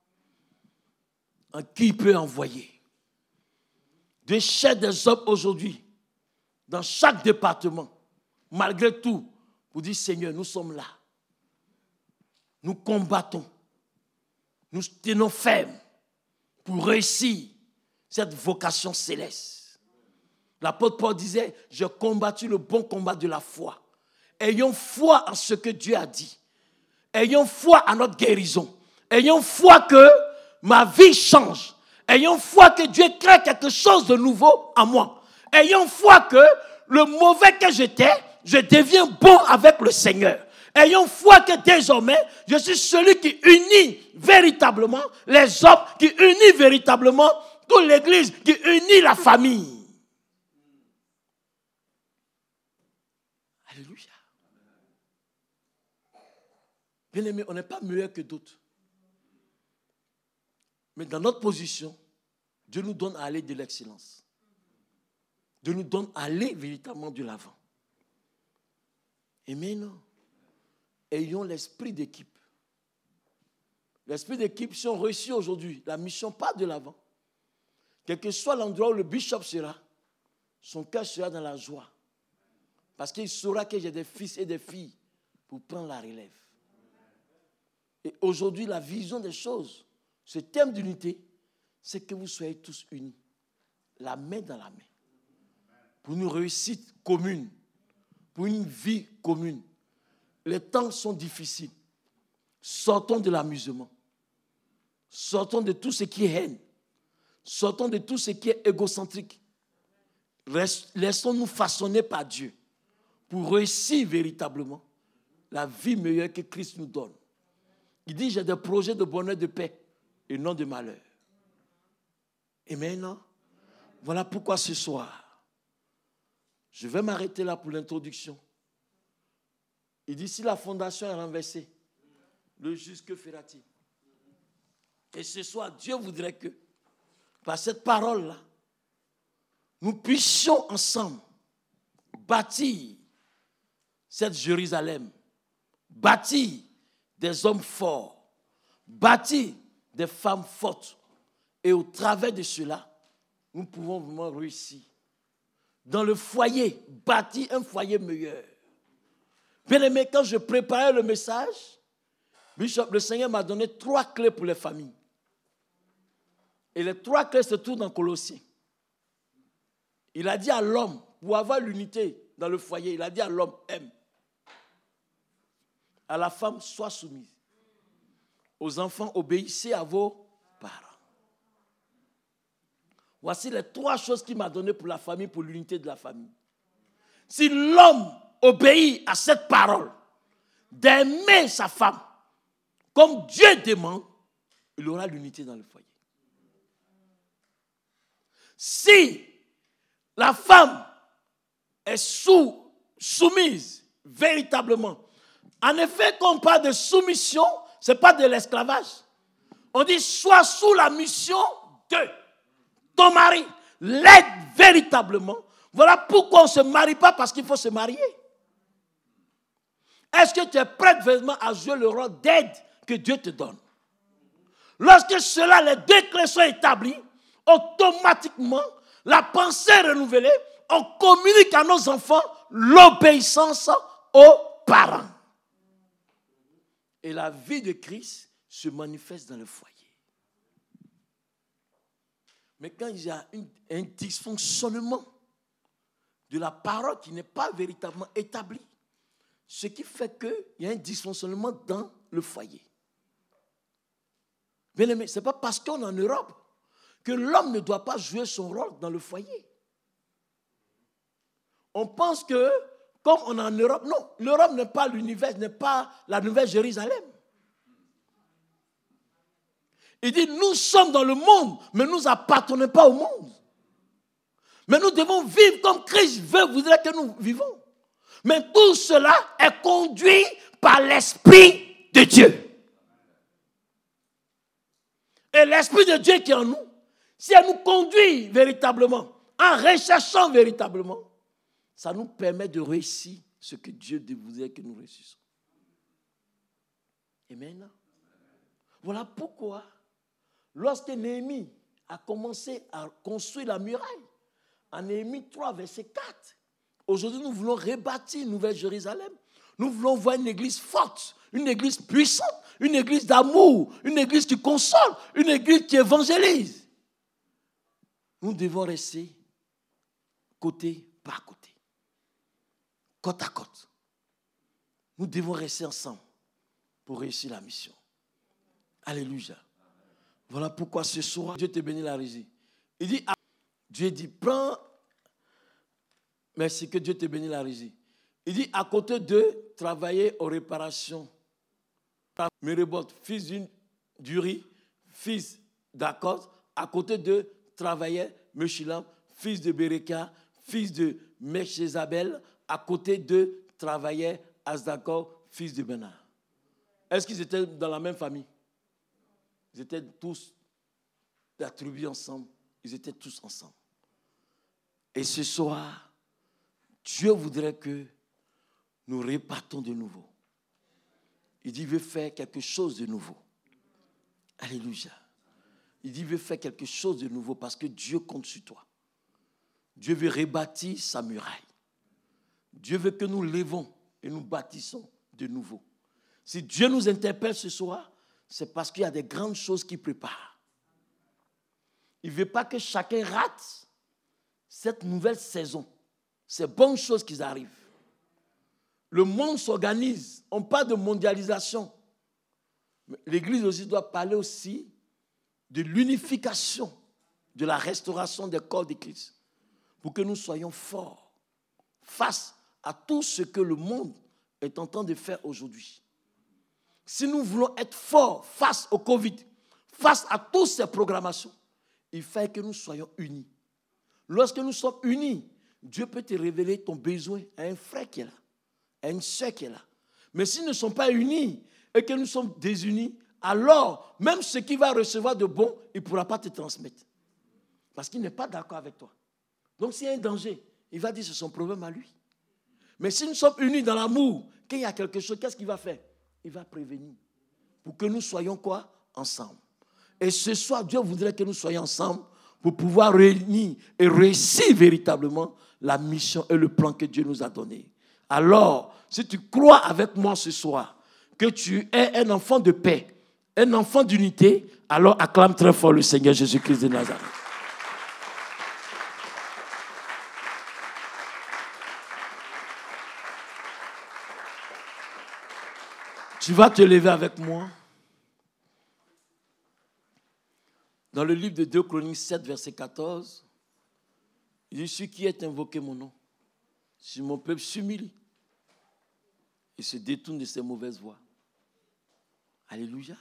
en qui il peut envoyer. Dieu cherche des hommes aujourd'hui dans chaque département, malgré tout, pour dire Seigneur, nous sommes là. Nous combattons. Nous tenons ferme pour réussir cette vocation céleste. L'apôtre Paul disait, j'ai combattu le bon combat de la foi. Ayons foi en ce que Dieu a dit. Ayons foi à notre guérison. Ayons foi que ma vie change. Ayons foi que Dieu crée quelque chose de nouveau en moi. Ayons foi que le mauvais que j'étais, je deviens bon avec le Seigneur. Ayons foi que désormais, je suis celui qui unit véritablement les hommes, qui unit véritablement toute l'Église, qui unit la famille. Alléluia. Bien-aimés, on n'est pas meilleur que d'autres. Mais dans notre position, Dieu nous donne à aller de l'excellence. Dieu nous donne à aller véritablement de l'avant. Et maintenant, ayons l'esprit d'équipe. L'esprit d'équipe, si on réussit aujourd'hui, la mission part de l'avant. Quel que soit l'endroit où le bishop sera, son cœur sera dans la joie. Parce qu'il saura que j'ai des fils et des filles pour prendre la relève. Et aujourd'hui, la vision des choses, ce thème d'unité, c'est que vous soyez tous unis, la main dans la main, pour une réussite commune, pour une vie commune. Les temps sont difficiles. Sortons de l'amusement. Sortons de tout ce qui est haine. Sortons de tout ce qui est égocentrique. Laissons-nous façonner par Dieu pour réussir véritablement la vie meilleure que Christ nous donne. Il dit, j'ai des projets de bonheur, de paix et non de malheur. Et maintenant, voilà pourquoi ce soir, je vais m'arrêter là pour l'introduction. Il dit, si la fondation est renversée, le juste, que fera-t-il? Et ce soir, Dieu voudrait que, par cette parole-là, nous puissions ensemble bâtir cette Jérusalem, bâtir des hommes forts, bâtir des femmes fortes. Et au travers de cela, nous pouvons vraiment réussir. Dans le foyer, bâtir un foyer meilleur. Bien aimé, quand je préparais le message, Bishop, le Seigneur m'a donné 3 clés pour les familles. Et les 3 clés se trouvent dans Colossiens. Il a dit à l'homme, pour avoir l'unité dans le foyer, il a dit à l'homme, aime. À la femme, sois soumise. Aux enfants, obéissez à vos parents. Voici les 3 choses qu'il m'a données pour la famille, pour l'unité de la famille. Si l'homme obéit à cette parole, d'aimer sa femme, comme Dieu demande, il aura l'unité dans le foyer. Si la femme est soumise véritablement, en effet, quand on parle de soumission, ce n'est pas de l'esclavage. On dit, sois sous la mission de ton mari. L'aide véritablement. Voilà pourquoi on ne se marie pas, parce qu'il faut se marier. Est-ce que tu es prête vraiment à jouer le rôle d'aide que Dieu te donne? Lorsque cela, les 2 clés sont établies, automatiquement, la pensée est renouvelée, on communique à nos enfants l'obéissance aux parents. Et la vie de Christ se manifeste dans le foyer. Mais quand il y a un dysfonctionnement de la parole qui n'est pas véritablement établi, ce qui fait qu'il y a un dysfonctionnement dans le foyer. Bien aimé, ce n'est pas parce qu'on est en Europe que l'homme ne doit pas jouer son rôle dans le foyer. On pense que, comme on est en Europe, non, l'Europe n'est pas l'univers, n'est pas la nouvelle Jérusalem. Il dit, nous sommes dans le monde, mais nous n'appartenons pas au monde. Mais nous devons vivre comme Christ voudrait que nous vivons. Mais tout cela est conduit par l'Esprit de Dieu. Et l'Esprit de Dieu qui est en nous, si elle nous conduit véritablement, en recherchant véritablement, ça nous permet de réussir ce que Dieu voudrait que nous réussissions. Amen. Voilà pourquoi, lorsque Néhémie a commencé à construire la muraille, en Néhémie 3, verset 4, aujourd'hui nous voulons rebâtir une nouvelle Jérusalem. Nous voulons voir une église forte, une église puissante, une église d'amour, une église qui console, une église qui évangélise. Nous devons rester côté par côté, côte à côte. Nous devons rester ensemble pour réussir la mission. Alléluia. Voilà pourquoi ce soir, Dieu te bénit la régie. Il dit, Dieu dit, prends, merci que Dieu te bénit la régie. Il dit, à côté de travailler aux réparations, Méribot, fils d'Uri, fils d'Akos, à côté de travailler Meshulam, fils de Bereka, fils de Meshezabel, à côté de travailler Asdakor, fils de Benar. Est-ce qu'ils étaient dans la même famille? Ils étaient tous attribués ensemble. Ils étaient tous ensemble. Et ce soir, Dieu voudrait que nous repartons de nouveau. Il dit, il veut faire quelque chose de nouveau. Alléluia. Il dit, il veut faire quelque chose de nouveau parce que Dieu compte sur toi. Dieu veut rebâtir sa muraille. Dieu veut que nous lèvons et nous bâtissons de nouveau. Si Dieu nous interpelle ce soir, c'est parce qu'il y a des grandes choses qu'il prépare. Il ne veut pas que chacun rate cette nouvelle saison. Ces bonnes choses qui arrivent. Le monde s'organise. On parle de mondialisation. Mais l'Église aussi doit parler aussi de l'unification, de la restauration des corps de Christ. Pour que nous soyons forts face à tout ce que le monde est en train de faire aujourd'hui. Si nous voulons être forts face au Covid, face à toutes ces programmations, il faut que nous soyons unis. Lorsque nous sommes unis, Dieu peut te révéler ton besoin à un frère qui est là, à une soeur qui est là. Mais s'ils ne sont pas unis et que nous sommes désunis, alors même ce qu'il va recevoir de bon, il ne pourra pas te transmettre. Parce qu'il n'est pas d'accord avec toi. Donc s'il y a un danger, il va dire c'est son problème à lui. Mais si nous sommes unis dans l'amour, qu'il y a quelque chose, qu'est-ce qu'il va faire? Il va prévenir. Pour que nous soyons quoi? Ensemble. Et ce soir, Dieu voudrait que nous soyons ensemble pour pouvoir réunir et réussir véritablement la mission et le plan que Dieu nous a donné. Alors, si tu crois avec moi ce soir que tu es un enfant de paix, un enfant d'unité, alors acclame très fort le Seigneur Jésus-Christ de Nazareth. Tu vas te lever avec moi. Dans le livre de 2 Chroniques 7, verset 14, il dit, celui qui est invoqué mon nom, si mon peuple s'humilie et se détourne de ses mauvaises voies. Alléluia.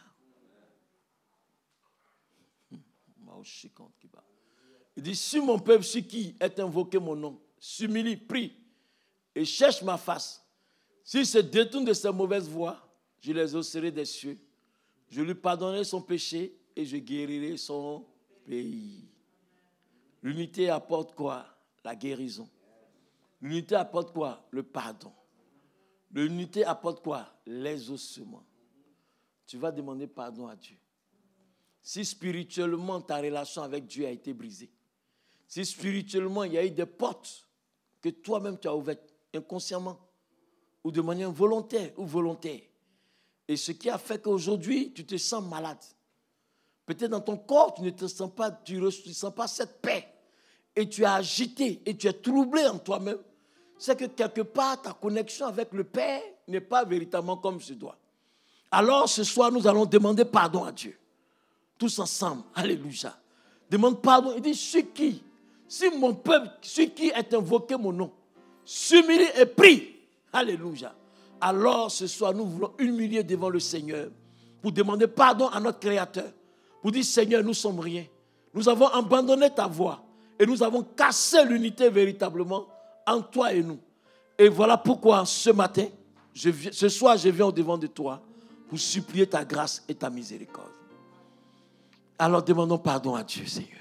Il dit, si mon peuple, celui qui est invoqué mon nom, s'humilie, prie et cherche ma face, s'il se détourne de ses mauvaises voies, je les exaucerai des cieux, je lui pardonnerai son péché et je guérirai son pays. L'unité apporte quoi? La guérison. L'unité apporte quoi? Le pardon. L'unité apporte quoi? L'exaucement. Tu vas demander pardon à Dieu. Si spirituellement ta relation avec Dieu a été brisée, si spirituellement il y a eu des portes que toi-même tu as ouvertes inconsciemment ou de manière volontaire ou volontaire, et ce qui a fait qu'aujourd'hui tu te sens malade, peut-être dans ton corps tu ne sens pas cette paix et tu es agité et tu es troublé en toi-même, c'est que quelque part ta connexion avec le Père n'est pas véritablement comme ce doit. Alors ce soir nous allons demander pardon à Dieu. Tous ensemble, alléluia. Demande pardon. Il dit, si mon peuple, celui qui est invoqué mon nom, s'humilie et prie, alléluia. Alors ce soir, nous voulons humilier devant le Seigneur pour demander pardon à notre Créateur. Pour dire, Seigneur, nous sommes rien. Nous avons abandonné ta voie et nous avons cassé l'unité véritablement entre toi et nous. Et voilà pourquoi ce matin, ce soir, je viens au devant de toi pour supplier ta grâce et ta miséricorde. Alors demandons pardon à Dieu, Seigneur.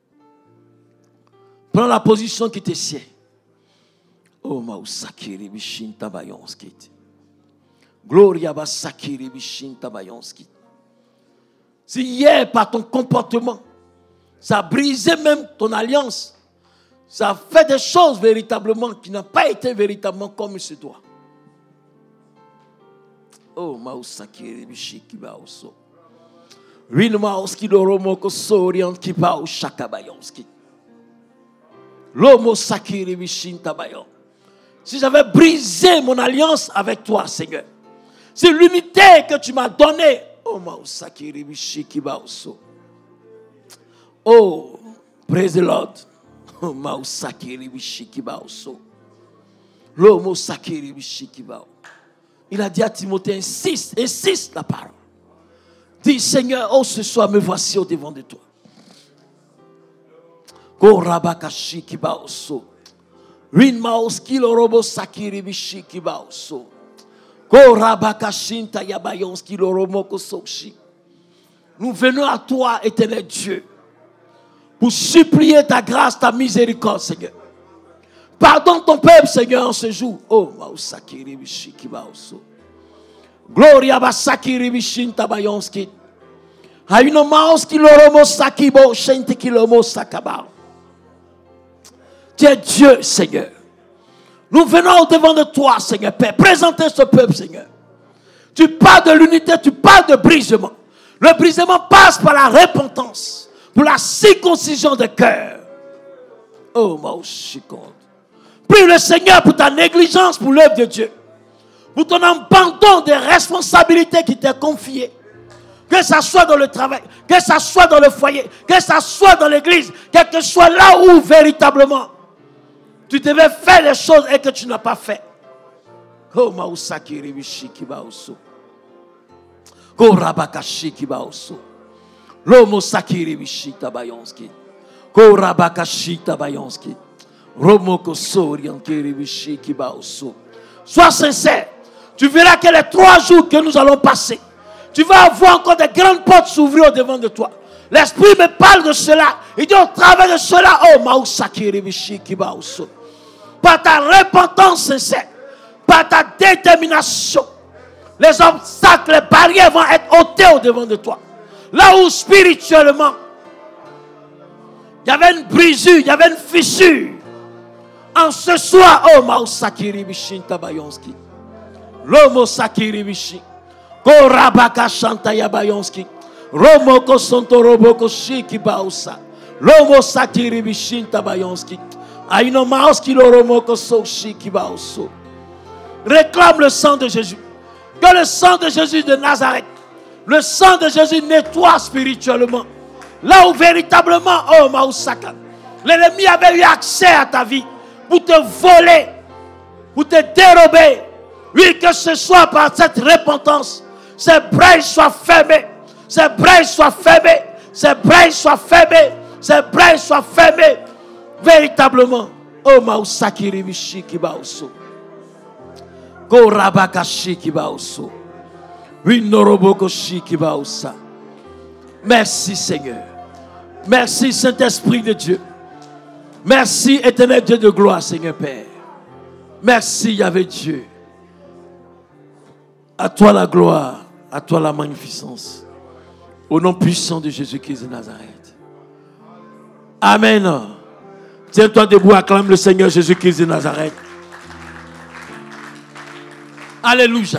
Prends la position qui te sied. Oh, Mausakiri Bishin Tabayonski. Gloria Basakiri Bishin Tabayonski. Si hier, par ton comportement, ça a brisé même ton alliance, ça a fait des choses véritablement qui n'ont pas été véritablement comme il se doit. Oh, Mausakiri Bishin Kibaoso. Rinmauski Loromoko Sorian Kibao Shakabayonski. Lomo Sakiri Bishin Tabayon. Si j'avais brisé mon alliance avec toi, Seigneur, c'est l'unité que tu m'as donnée. Oh, Mausakiri Bishi Kibaoso. Oh, praise the Lord. Oh, Mausakiri Bishi Kibaoso. Lomo Sakiri Bishi Kibao. Il a dit à Timothée, insiste la parole. Dis, Seigneur, oh, ce soir, me voici au devant de toi. Korabakashi Kibaoso. Rinmaos Kilorobo Sakiri Bishi Kibaoso. Korabakashinta Yabayons Kiloromoko Sokshi. Nous venons à toi, éternel Dieu, pour supplier ta grâce, ta miséricorde, Seigneur. Pardonne ton peuple, Seigneur, en ce jour. Oh, Mausakiri Bishi Kibaoso. Gloria Basakiri Bishin Tabayonski. Ayuno Maos Kiloromo Sakibo Shente Kilomo Sakabao. Tu es Dieu, Seigneur. Nous venons au devant de toi, Seigneur Père, présenter ce peuple, Seigneur. Tu parles de l'unité, tu parles de brisement. Le brisement passe par la repentance, pour la circoncision de cœur. Oh, Maoshikon. Prie le Seigneur pour ta négligence pour l'œuvre de Dieu. Pour ton abandon des responsabilités qui t'est confiées. Que ça soit dans le travail, que ça soit dans le foyer, que ça soit dans l'église, quel que soit là où véritablement tu devais faire les choses et que tu n'as pas fait. Oh, Mausakiri Bishi Kibaoso. Korabakashi Kibaoso. Lomo Sakiri Bishi Tabayonski. Korabakashi Tabayonski. Romoko Sorian Kiri Bishi Kibaoso. Sois sincère. Tu verras que les 3 jours que nous allons passer, tu vas avoir encore des grandes portes s'ouvrir au devant de toi. L'Esprit me parle de cela. Il dit au travers de cela, oh, Mausakiri Bishi Kibaoso. Par ta repentance sincère, par ta détermination, les obstacles, les barrières vont être ôtés au devant de toi. Là où spirituellement, il y avait une brisure, il y avait une fissure. En ce soir, oh, Mausakiri Bishi Tabayonski. Lomo Sakiri Bishi. Korabaka Shanta Yabayonski. Romoko Sonto Roboko Shiki Bausa. Lomo Sakiri Bishi Tabayonski. Aino Maoski Loromoko Soshiki Bauso. Réclame le sang de Jésus. Que le sang de Jésus de Nazareth, le sang de Jésus nettoie spirituellement. Là où véritablement, oh Mausaka, l'ennemi avait eu accès à ta vie pour te voler, pour te dérober. Oui, que ce soit par cette repentance, ces brèches soient fermées, ces brèches soient fermées, ces brèches soient fermées, ces brèches soient fermées. Véritablement, oh Mausakiri Bishi Kibaoso. Korabakashi Kibaoso. Winoroboko Shikibaosa. Merci Seigneur. Merci Saint-Esprit de Dieu. Merci éternel Dieu de gloire, Seigneur Père. Merci Yahvé Dieu. À toi la gloire, à toi la magnificence. Au nom puissant de Jésus-Christ de Nazareth. Amen. Tiens-toi debout, acclame le Seigneur Jésus-Christ de Nazareth. Alléluia.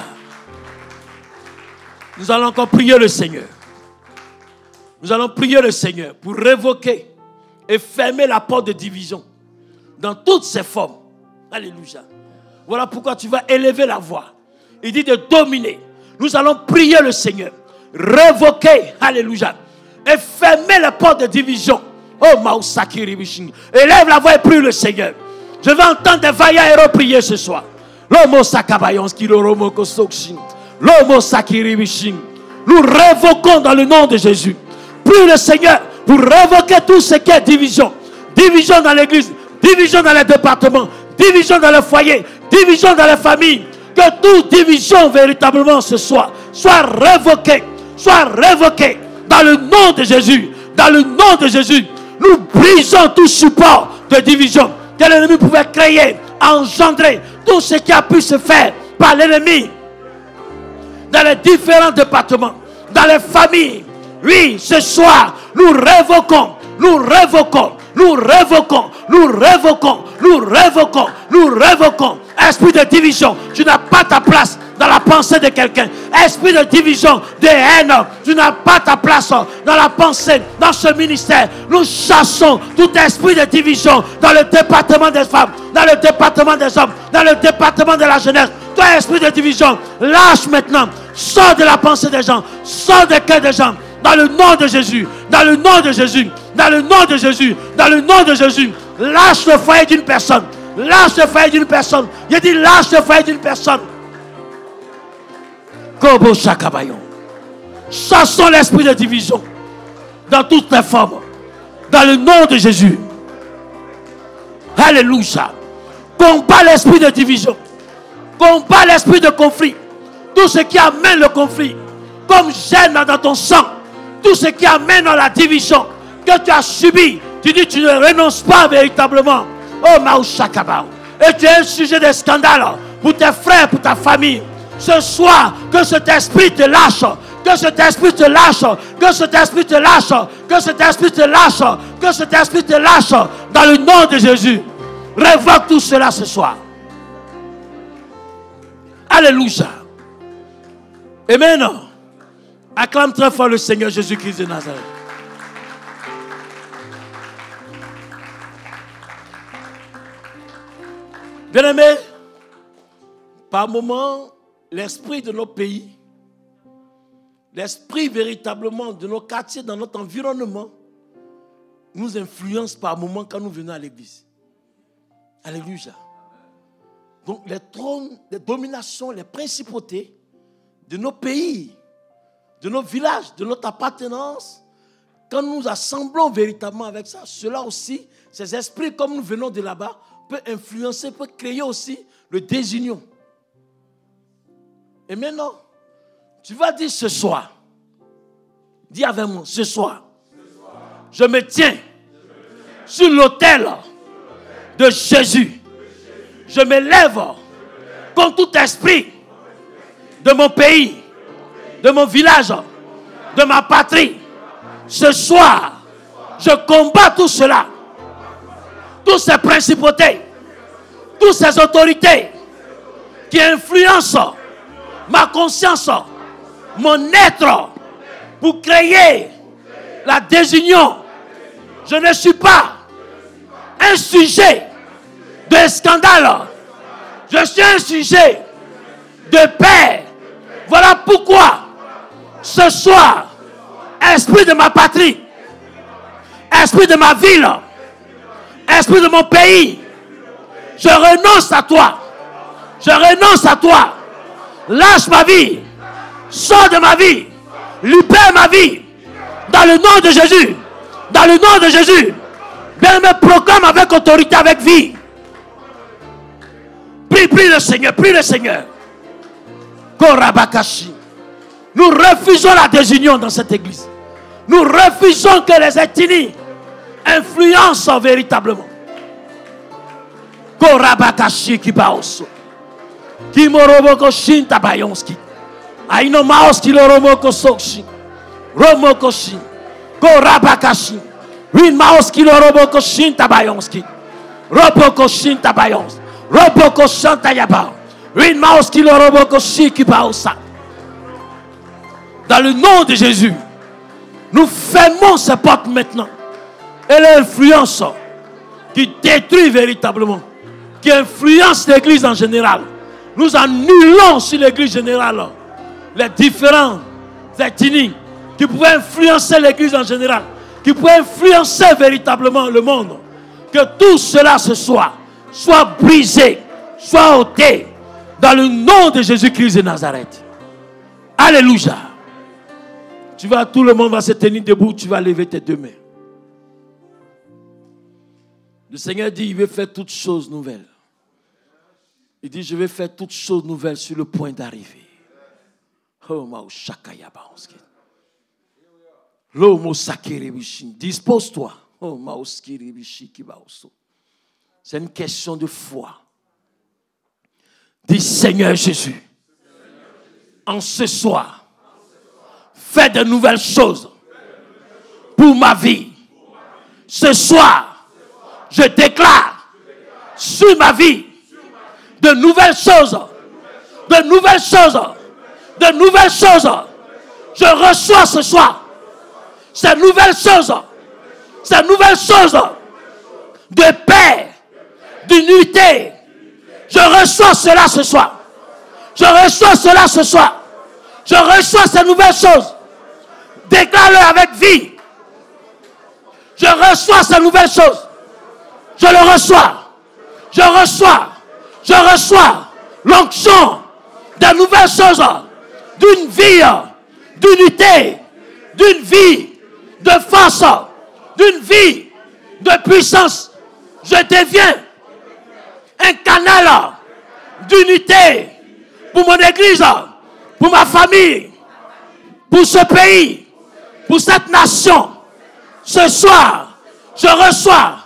Nous allons encore prier le Seigneur. Nous allons prier le Seigneur pour révoquer et fermer la porte de division dans toutes ses formes. Alléluia. Voilà pourquoi tu vas élever la voix. Il dit de dominer. Nous allons prier le Seigneur. Révoquer. Alléluia. Et fermer la porte de division. Oh, Mausakiri Bishin. Élève la voix et prie le Seigneur. Je vais entendre des vaillants héros prier ce soir. Lomo Sakabayonski, Loromo Kosokshin. Lomo Sakiri Bishin. Nous révoquons dans le nom de Jésus. Prie le Seigneur pour révoquer tout ce qui est division. Division dans l'église, division dans les départements, division dans le foyer, division dans les familles. Que toute division véritablement ce soir soit révoquée dans le nom de Jésus. Dans le nom de Jésus, nous brisons tout support de division que l'ennemi pouvait créer, engendrer, tout ce qui a pu se faire par l'ennemi dans les différents départements, dans les familles. Oui, ce soir, nous révoquons, nous révoquons, nous révoquons, nous révoquons, nous révoquons, nous révoquons. Esprit de division, tu n'as pas ta place dans la pensée de quelqu'un. Esprit de division, de haine, tu n'as pas ta place dans la pensée, dans ce ministère. Nous chassons tout esprit de division dans le département des femmes, dans le département des hommes, dans le département de la jeunesse. Toi, esprit de division, lâche maintenant. Sors de la pensée des gens, sors des cœurs des gens. Dans le nom de Jésus, dans le nom de Jésus, dans le nom de Jésus, dans le nom de Jésus, lâche le foyer d'une personne. Lâche le foyer d'une personne. Il dit lâche le foyer d'une personne. Kobo Shakabayon. Chassons l'esprit de division dans toutes les formes. Dans le nom de Jésus. Alléluia. Combat l'esprit de division. Combat l'esprit de conflit. Tout ce qui amène le conflit. Comme gêne dans ton sang. Tout ce qui amène à la division que tu as subi. Tu dis tu ne renonces pas véritablement. Oh Maouchakabao. Et tu es un sujet de scandale pour tes frères, pour ta famille. Ce soir, que cet esprit te lâche. Que cet esprit te lâche. Que cet esprit te lâche. Que cet esprit te lâche. Que cet esprit te lâche. Dans le nom de Jésus. Révoque tout cela ce soir. Alléluia. Et maintenant, acclame très fort le Seigneur Jésus-Christ de Nazareth. Bien-aimés, par moments, l'esprit de nos pays, l'esprit véritablement de nos quartiers, dans notre environnement, nous influence par moments quand nous venons à l'église. Alléluia. Donc les trônes, les dominations, les principautés de nos pays, de nos villages, de notre appartenance, quand nous assemblons véritablement avec ça, cela aussi, ces esprits comme nous venons de là-bas, peut influencer, peut créer aussi le désunion. Et maintenant, tu vas dire ce soir, dis avec moi, ce soir, je me tiens sur l'autel de Jésus. Je me lève contre tout esprit de mon pays, de mon village, de ma patrie. Ce soir, je combats tout cela. Toutes ces principautés, toutes ces autorités qui influencent ma conscience, mon être, pour créer la désunion. Je ne suis pas un sujet de scandale. Je suis un sujet de paix. Voilà pourquoi ce soir, esprit de ma patrie, esprit de ma ville, esprit de mon pays, je renonce à toi. Je renonce à toi. Lâche ma vie. Sors de ma vie. Libère ma vie. Dans le nom de Jésus. Dans le nom de Jésus. Bien me proclame avec autorité, avec vie. Prie le Seigneur. Prie le Seigneur. Korabakashi. Nous refusons la désunion dans cette église. Nous refusons que les ethnies influencent véritablement. Korabakashi kibaoso. Kimoroboko shinta bayonski. Aino maoski loromoko sokshi. Romoko shin. Korabakashi. Win maoski loromoko shinta bayonski. Roboko shinta bayons. Roboko shanta yaba. Win maoski loromoko shiki baosa. Dans le nom de Jésus, nous fermons ces portes maintenant. Et l'influence qui détruit véritablement, qui influence l'église en général, nous annulons sur l'église générale les différents ethnies qui pouvaient influencer l'église en général, qui pouvaient influencer véritablement le monde. Que tout cela ce soir soit brisé, soit ôté dans le nom de Jésus-Christ de Nazareth. Alléluia. Tout le monde va se tenir debout, tu vas lever tes deux mains. Le Seigneur dit, il veut faire toutes choses nouvelles. Il dit, je vais faire toutes choses nouvelles sur le point d'arriver. Oh, Dispose-toi. C'est une question de foi. Dis Seigneur Jésus, en ce soir, fais de nouvelles choses pour ma vie. Ce soir, je déclare sur ma vie de nouvelles choses, de nouvelles choses, de nouvelles choses. Je reçois ce soir ces nouvelles choses de paix, d'unité. Je reçois cela ce soir. Je reçois cela ce soir. Je reçois ces nouvelles choses. Déclare-le avec vie. Je reçois ces nouvelles choses. Je le reçois. Je reçois. Je reçois l'onction de nouvelles choses, d'une vie, d'unité, d'une vie de force, d'une vie de puissance. Je deviens un canal d'unité pour mon église, pour ma famille, pour ce pays, pour cette nation. Ce soir, je reçois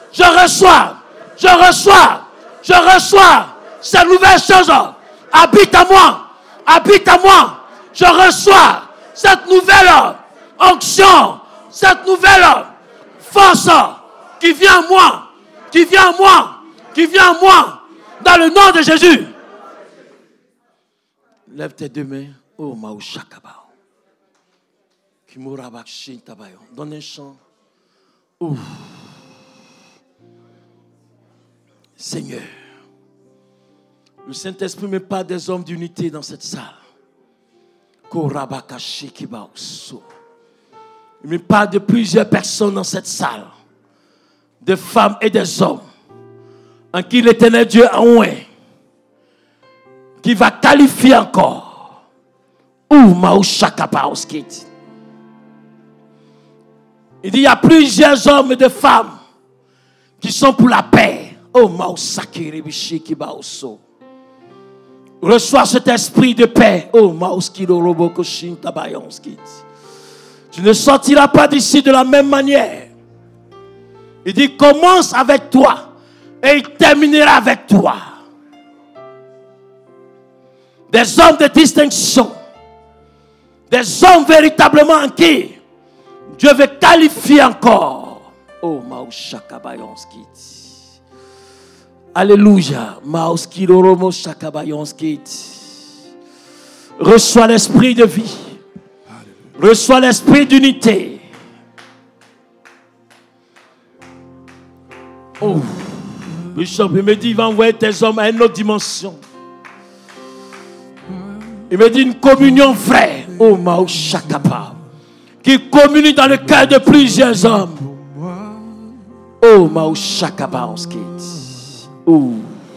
ces nouvelles choses. Habite à moi. Je reçois cette nouvelle onction, cette nouvelle force qui vient à moi, dans le nom de Jésus. Lève tes deux mains. Oh, Maouchakaba. Kimurabakshi Tabayo. Donne un chant. Ouf. Seigneur, le Saint-Esprit me parle des hommes d'unité dans cette salle. Korabakashi Kibaoso. Il me parle de plusieurs personnes dans cette salle, de femmes et des hommes, en qui l'Éternel Dieu a oint, qui va qualifier encore. Il dit, il y a plusieurs hommes et des femmes qui sont pour la paix. Reçois cet esprit de paix. Tu ne sortiras pas d'ici de la même manière. Il dit, commence avec toi et il terminera avec toi. Des hommes de distinction, des hommes véritablement en qui Dieu veut qualifier encore. Oh, Maouchakabayonskit. Alléluia. Maouskiroromoshakabayonskit. Reçois l'esprit de vie. Reçois l'esprit d'unité. Oh, Bishop, il me dit, il va envoyer tes hommes à une autre dimension. Il me dit une communion vraie. Oh, Maouchakaba. Qui communie dans le cœur de plusieurs hommes. Oh, Maouchakaba, on skate. Oh.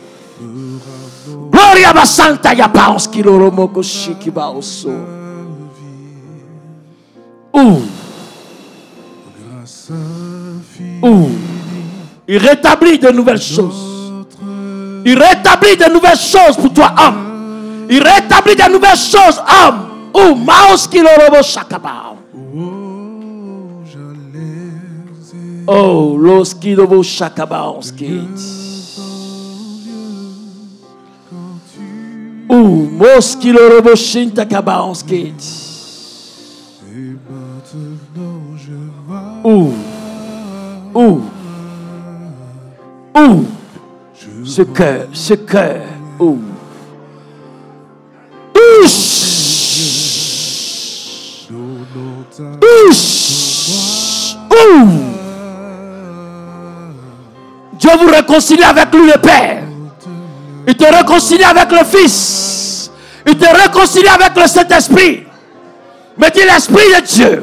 Gloria Basanta Yapa, on skate. Loromoko Shikiba, oso. Oh. Oh. Il rétablit de nouvelles choses. Il rétablit de nouvelles choses pour toi, homme. Il rétablit de nouvelles choses, homme. Oh, Maoski Lorobo Shakaba. Oh, Loski Lobo Shakaba on skate. Oh, Moski Lorobo Shintakaba on skate. Oh, oh, oh. Ce cœur, oh. Dieu vous réconcilie avec lui le Père. Il te réconcilie avec le Fils. Il te réconcilie avec le Saint-Esprit. Mais dis l'Esprit de Dieu.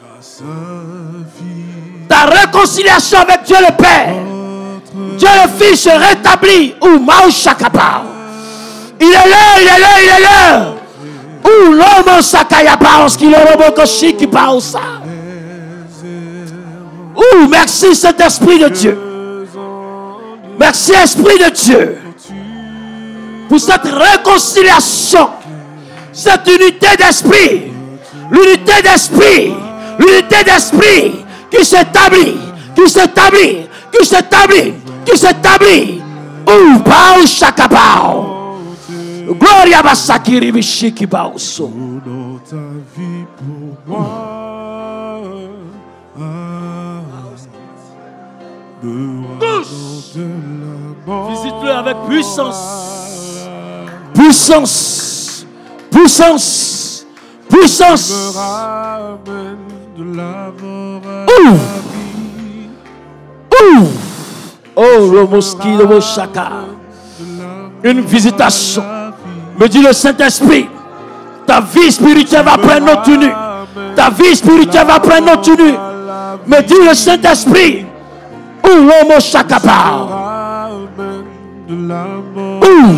Ta réconciliation avec Dieu le Père. Dieu le Fils se rétablit. Ou Maouchakapa. Il est là. Ou l'homme Sakayapa. Qui parle ça. Ou merci Saint-Esprit de Dieu. Merci Esprit de Dieu. Pour cette réconciliation. Cette unité d'esprit. L'unité d'esprit. L'unité d'esprit qui s'établit. Ouh, Pao Shakapao. Gloria Basakiri Bishiki Baoso. Ta vie pour moi. Visite-le avec puissance. Puissance. Puissance. Puissance. Oh, le mosquito, le chaka. Une visitation. Me dit le Saint-Esprit. Ta vie spirituelle va prendre notre tenue. Ta vie spirituelle va prendre notre tenue. Me dit le Saint-Esprit. Ouh, l'homme chakapa. Ouh.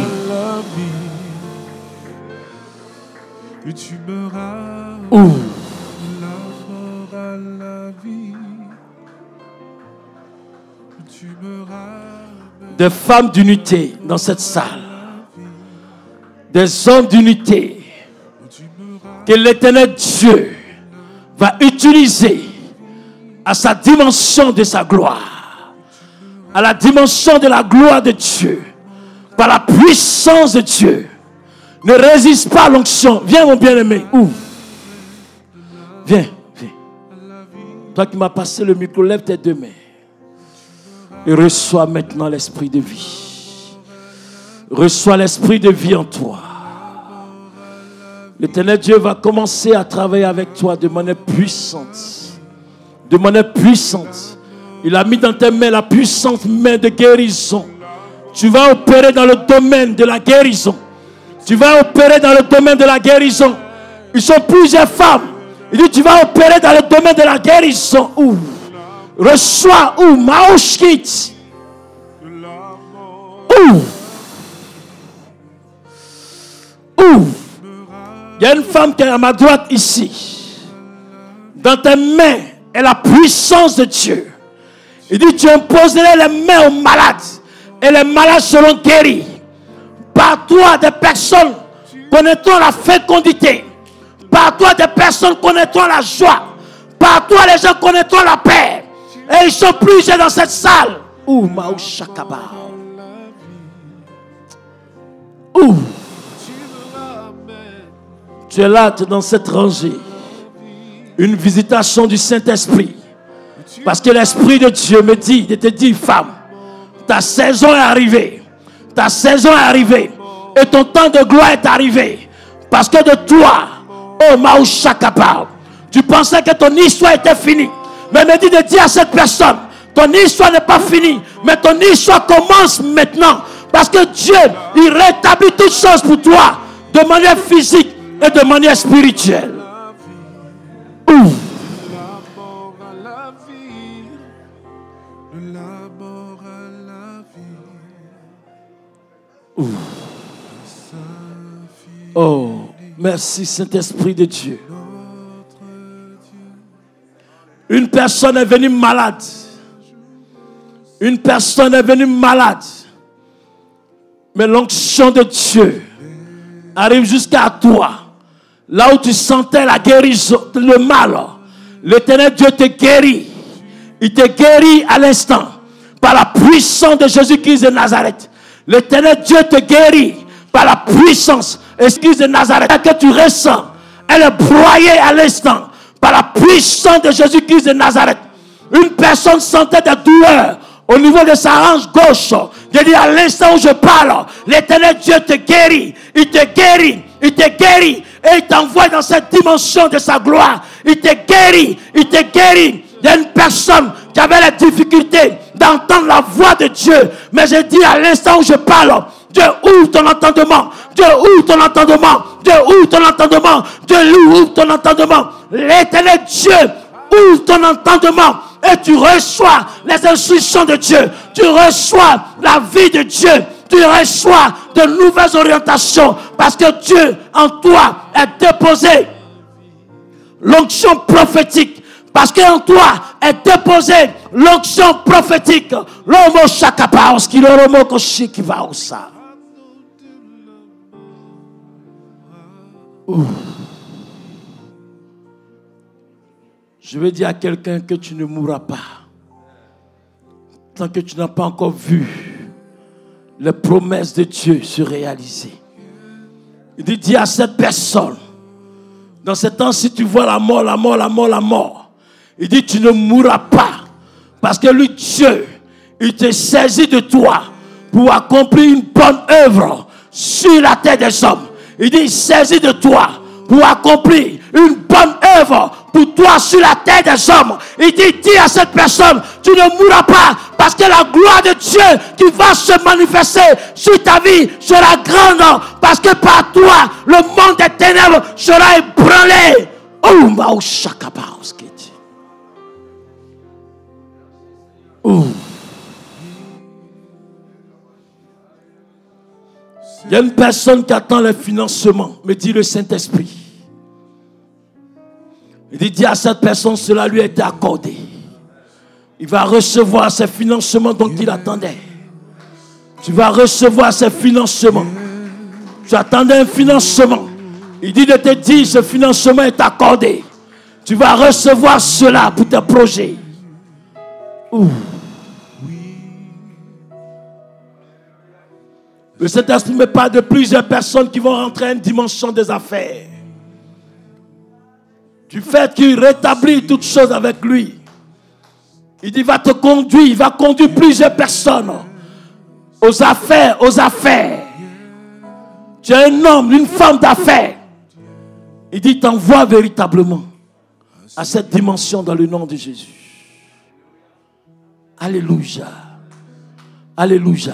Que tu me ramènes Ouh. de la mort à la vie. Que tu me ramènes. Des femmes d'unité dans cette salle. Des hommes d'unité. Que l'Éternel Dieu va utiliser à sa dimension de sa gloire. À la dimension de la gloire de Dieu. Par la puissance de Dieu. Ne résiste pas à l'onction. Viens mon bien-aimé. Ouvre. Viens, viens. Toi qui m'as passé le micro, lève tes deux mains. Et reçois maintenant l'esprit de vie. Reçois l'esprit de vie en toi. L'Éternel Dieu va commencer à travailler avec toi de manière puissante. De manière puissante. Il a mis dans tes mains la puissante main de guérison. Tu vas opérer dans le domaine de la guérison. Tu vas opérer dans le domaine de la guérison. Ils sont plusieurs femmes. Il dit tu vas opérer dans le domaine de la guérison. Ouh. Reçois ou Maoshkit. Ouh. Ouh. Il y a une femme qui est à ma droite ici. Dans tes mains est la puissance de Dieu. Il dit tu imposerais les mains aux malades. Et les malades seront guéris. Par toi, des personnes connaîtront la fécondité. Par toi, des personnes connaîtront la joie. Par toi, les gens connaîtront la paix. Et ils sont plusieurs dans cette salle. Ouh, Maou Shakaba. Ouh. Tu es là, tu es dans cette rangée. Une visitation du Saint-Esprit. Parce que l'Esprit de Dieu me dit, de te dire, femme, ta saison est arrivée. Ta saison est arrivée. Et ton temps de gloire est arrivé. Parce que de toi, oh Maou Shakaba, tu pensais que ton histoire était finie. Mais me dit de dire à cette personne, ton histoire n'est pas finie. Mais ton histoire commence maintenant. Parce que Dieu, il rétablit toutes choses pour toi. De manière physique et de manière spirituelle. Ouh. Ouh. Oh, merci Saint-Esprit de Dieu. Une personne est venue malade. Une personne est venue malade. Mais l'onction de Dieu arrive jusqu'à toi. Là où tu sentais la guérison, le mal. L'Éternel Dieu te guérit. Il te guérit à l'instant. Par la puissance de Jésus-Christ de Nazareth. L'Éternel Dieu te guérit. Par la puissance de Jésus-Christ de Nazareth. Que tu ressens. Elle est broyée à l'instant. Par la puissance de Jésus-Christ de Nazareth. Une personne sentait des douleurs au niveau de sa hanche gauche. Je dis à l'instant où je parle, l'Éternel Dieu te guérit. Il te guérit. Il te guérit. Et il t'envoie dans cette dimension de sa gloire. Il te guérit. Il te guérit. Il y a une personne qui avait la difficulté d'entendre la voix de Dieu. Mais je dis à l'instant où je parle, Dieu ouvre ton entendement. Dieu ouvre ton entendement. Dieu ouvre ton entendement. Dieu ouvre ton entendement. L'Éternel Dieu ouvre ton entendement. Et tu reçois les instructions de Dieu. Tu reçois la vie de Dieu. Tu reçois de nouvelles orientations. Parce que Dieu en toi est déposé l'onction prophétique. Parce qu'en toi est déposée l'onction prophétique. L'homo shakapa, oskiloromo koshiki vaosa. Je veux dire à quelqu'un que tu ne mourras pas tant que tu n'as pas encore vu les promesses de Dieu se réaliser. Il dit, dis à cette personne, dans ce temps, si tu vois la mort, la mort, la mort, la mort, il dit, tu ne mourras pas. Parce que lui, Dieu, il te saisit de toi pour accomplir une bonne œuvre sur la terre des hommes. Il dit, il saisit de toi pour accomplir une bonne œuvre pour toi sur la terre des hommes. Il dit, dis à cette personne, tu ne mourras pas parce que la gloire de Dieu qui va se manifester sur ta vie sera grande parce que par toi, le monde des ténèbres sera ébranlé. Oh, Maouchakabaosketi. Oh. Il y a une personne qui attend le financement, me dit le Saint-Esprit. Il dit, dis à cette personne, cela lui a été accordé. Il va recevoir ces financements dont il attendait. Tu vas recevoir ces financements. Tu attendais un financement. Il dit de te dire, ce financement est accordé. Tu vas recevoir cela pour tes projets. Ouh. Le Saint-Esprit me parle de plusieurs personnes qui vont rentrer à une dimension des affaires. Du fait qu'il rétablit toutes choses avec lui. Il dit, il va te conduire, il va conduire plusieurs personnes aux affaires, Tu es un homme, une femme d'affaires. Il dit, t'envoie véritablement à cette dimension dans le nom de Jésus. Alléluia. Alléluia.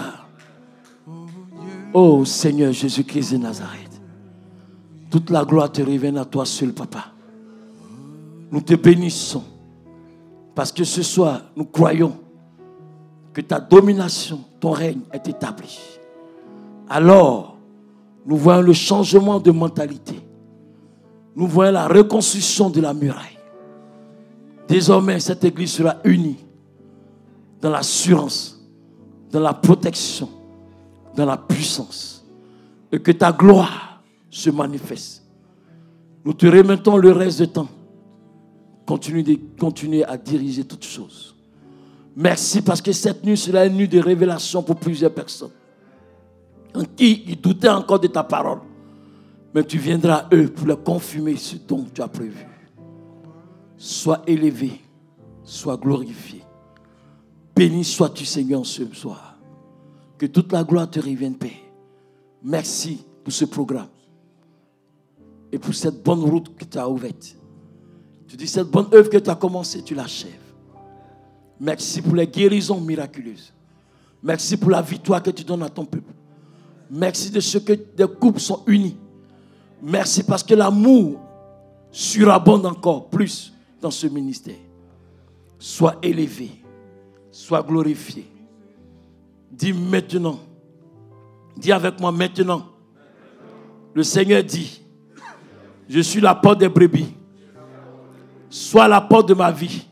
Oh Seigneur Jésus-Christ de Nazareth. Toute la gloire te revient à toi seul, Papa. Nous te bénissons. Parce que ce soir, nous croyons que ta domination, ton règne est établi. Alors, nous voyons le changement de mentalité. Nous voyons la reconstruction de la muraille. Désormais, cette église sera unie dans l'assurance, dans la protection, dans la puissance. Et que ta gloire se manifeste. Nous te remettons le reste du temps. Continue à diriger toutes choses. Merci parce que cette nuit sera une nuit de révélation pour plusieurs personnes. En qui ils doutaient encore de ta parole. Mais tu viendras à eux pour leur confirmer ce dont tu as prévu. Sois élevé, sois glorifié. Béni sois-tu Seigneur ce soir. Que toute la gloire te revienne, Père. Merci pour ce programme. Et pour cette bonne route que tu as ouverte. Tu dis, cette bonne œuvre que tu as commencée, tu l'achèves. Merci pour les guérisons miraculeuses. Merci pour la victoire que tu donnes à ton peuple. Merci de ce que des couples sont unis. Merci parce que l'amour surabonde encore plus dans ce ministère. Sois élevé, sois glorifié. Dis maintenant, dis avec moi maintenant. Le Seigneur dit, je suis la porte des brebis. Sois la porte de ma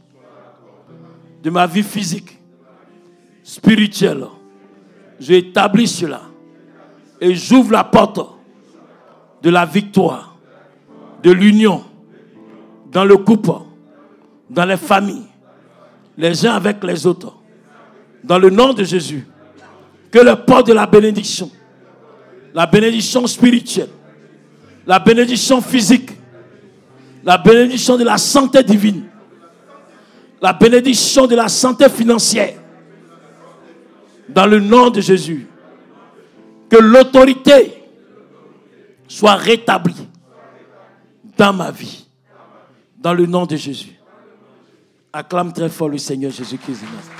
vie physique, spirituelle. J'établis cela et j'ouvre la porte de la victoire, de l'union, dans le couple, dans les familles, les uns avec les autres. Dans le nom de Jésus, que le porte de la bénédiction spirituelle, la bénédiction physique, la bénédiction de la santé divine, la bénédiction de la santé financière, dans le nom de Jésus, que l'autorité soit rétablie dans ma vie, dans le nom de Jésus. Acclame très fort le Seigneur Jésus-Christ de Nazareth.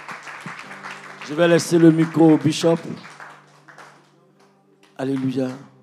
Je vais laisser le micro au bishop. Alléluia.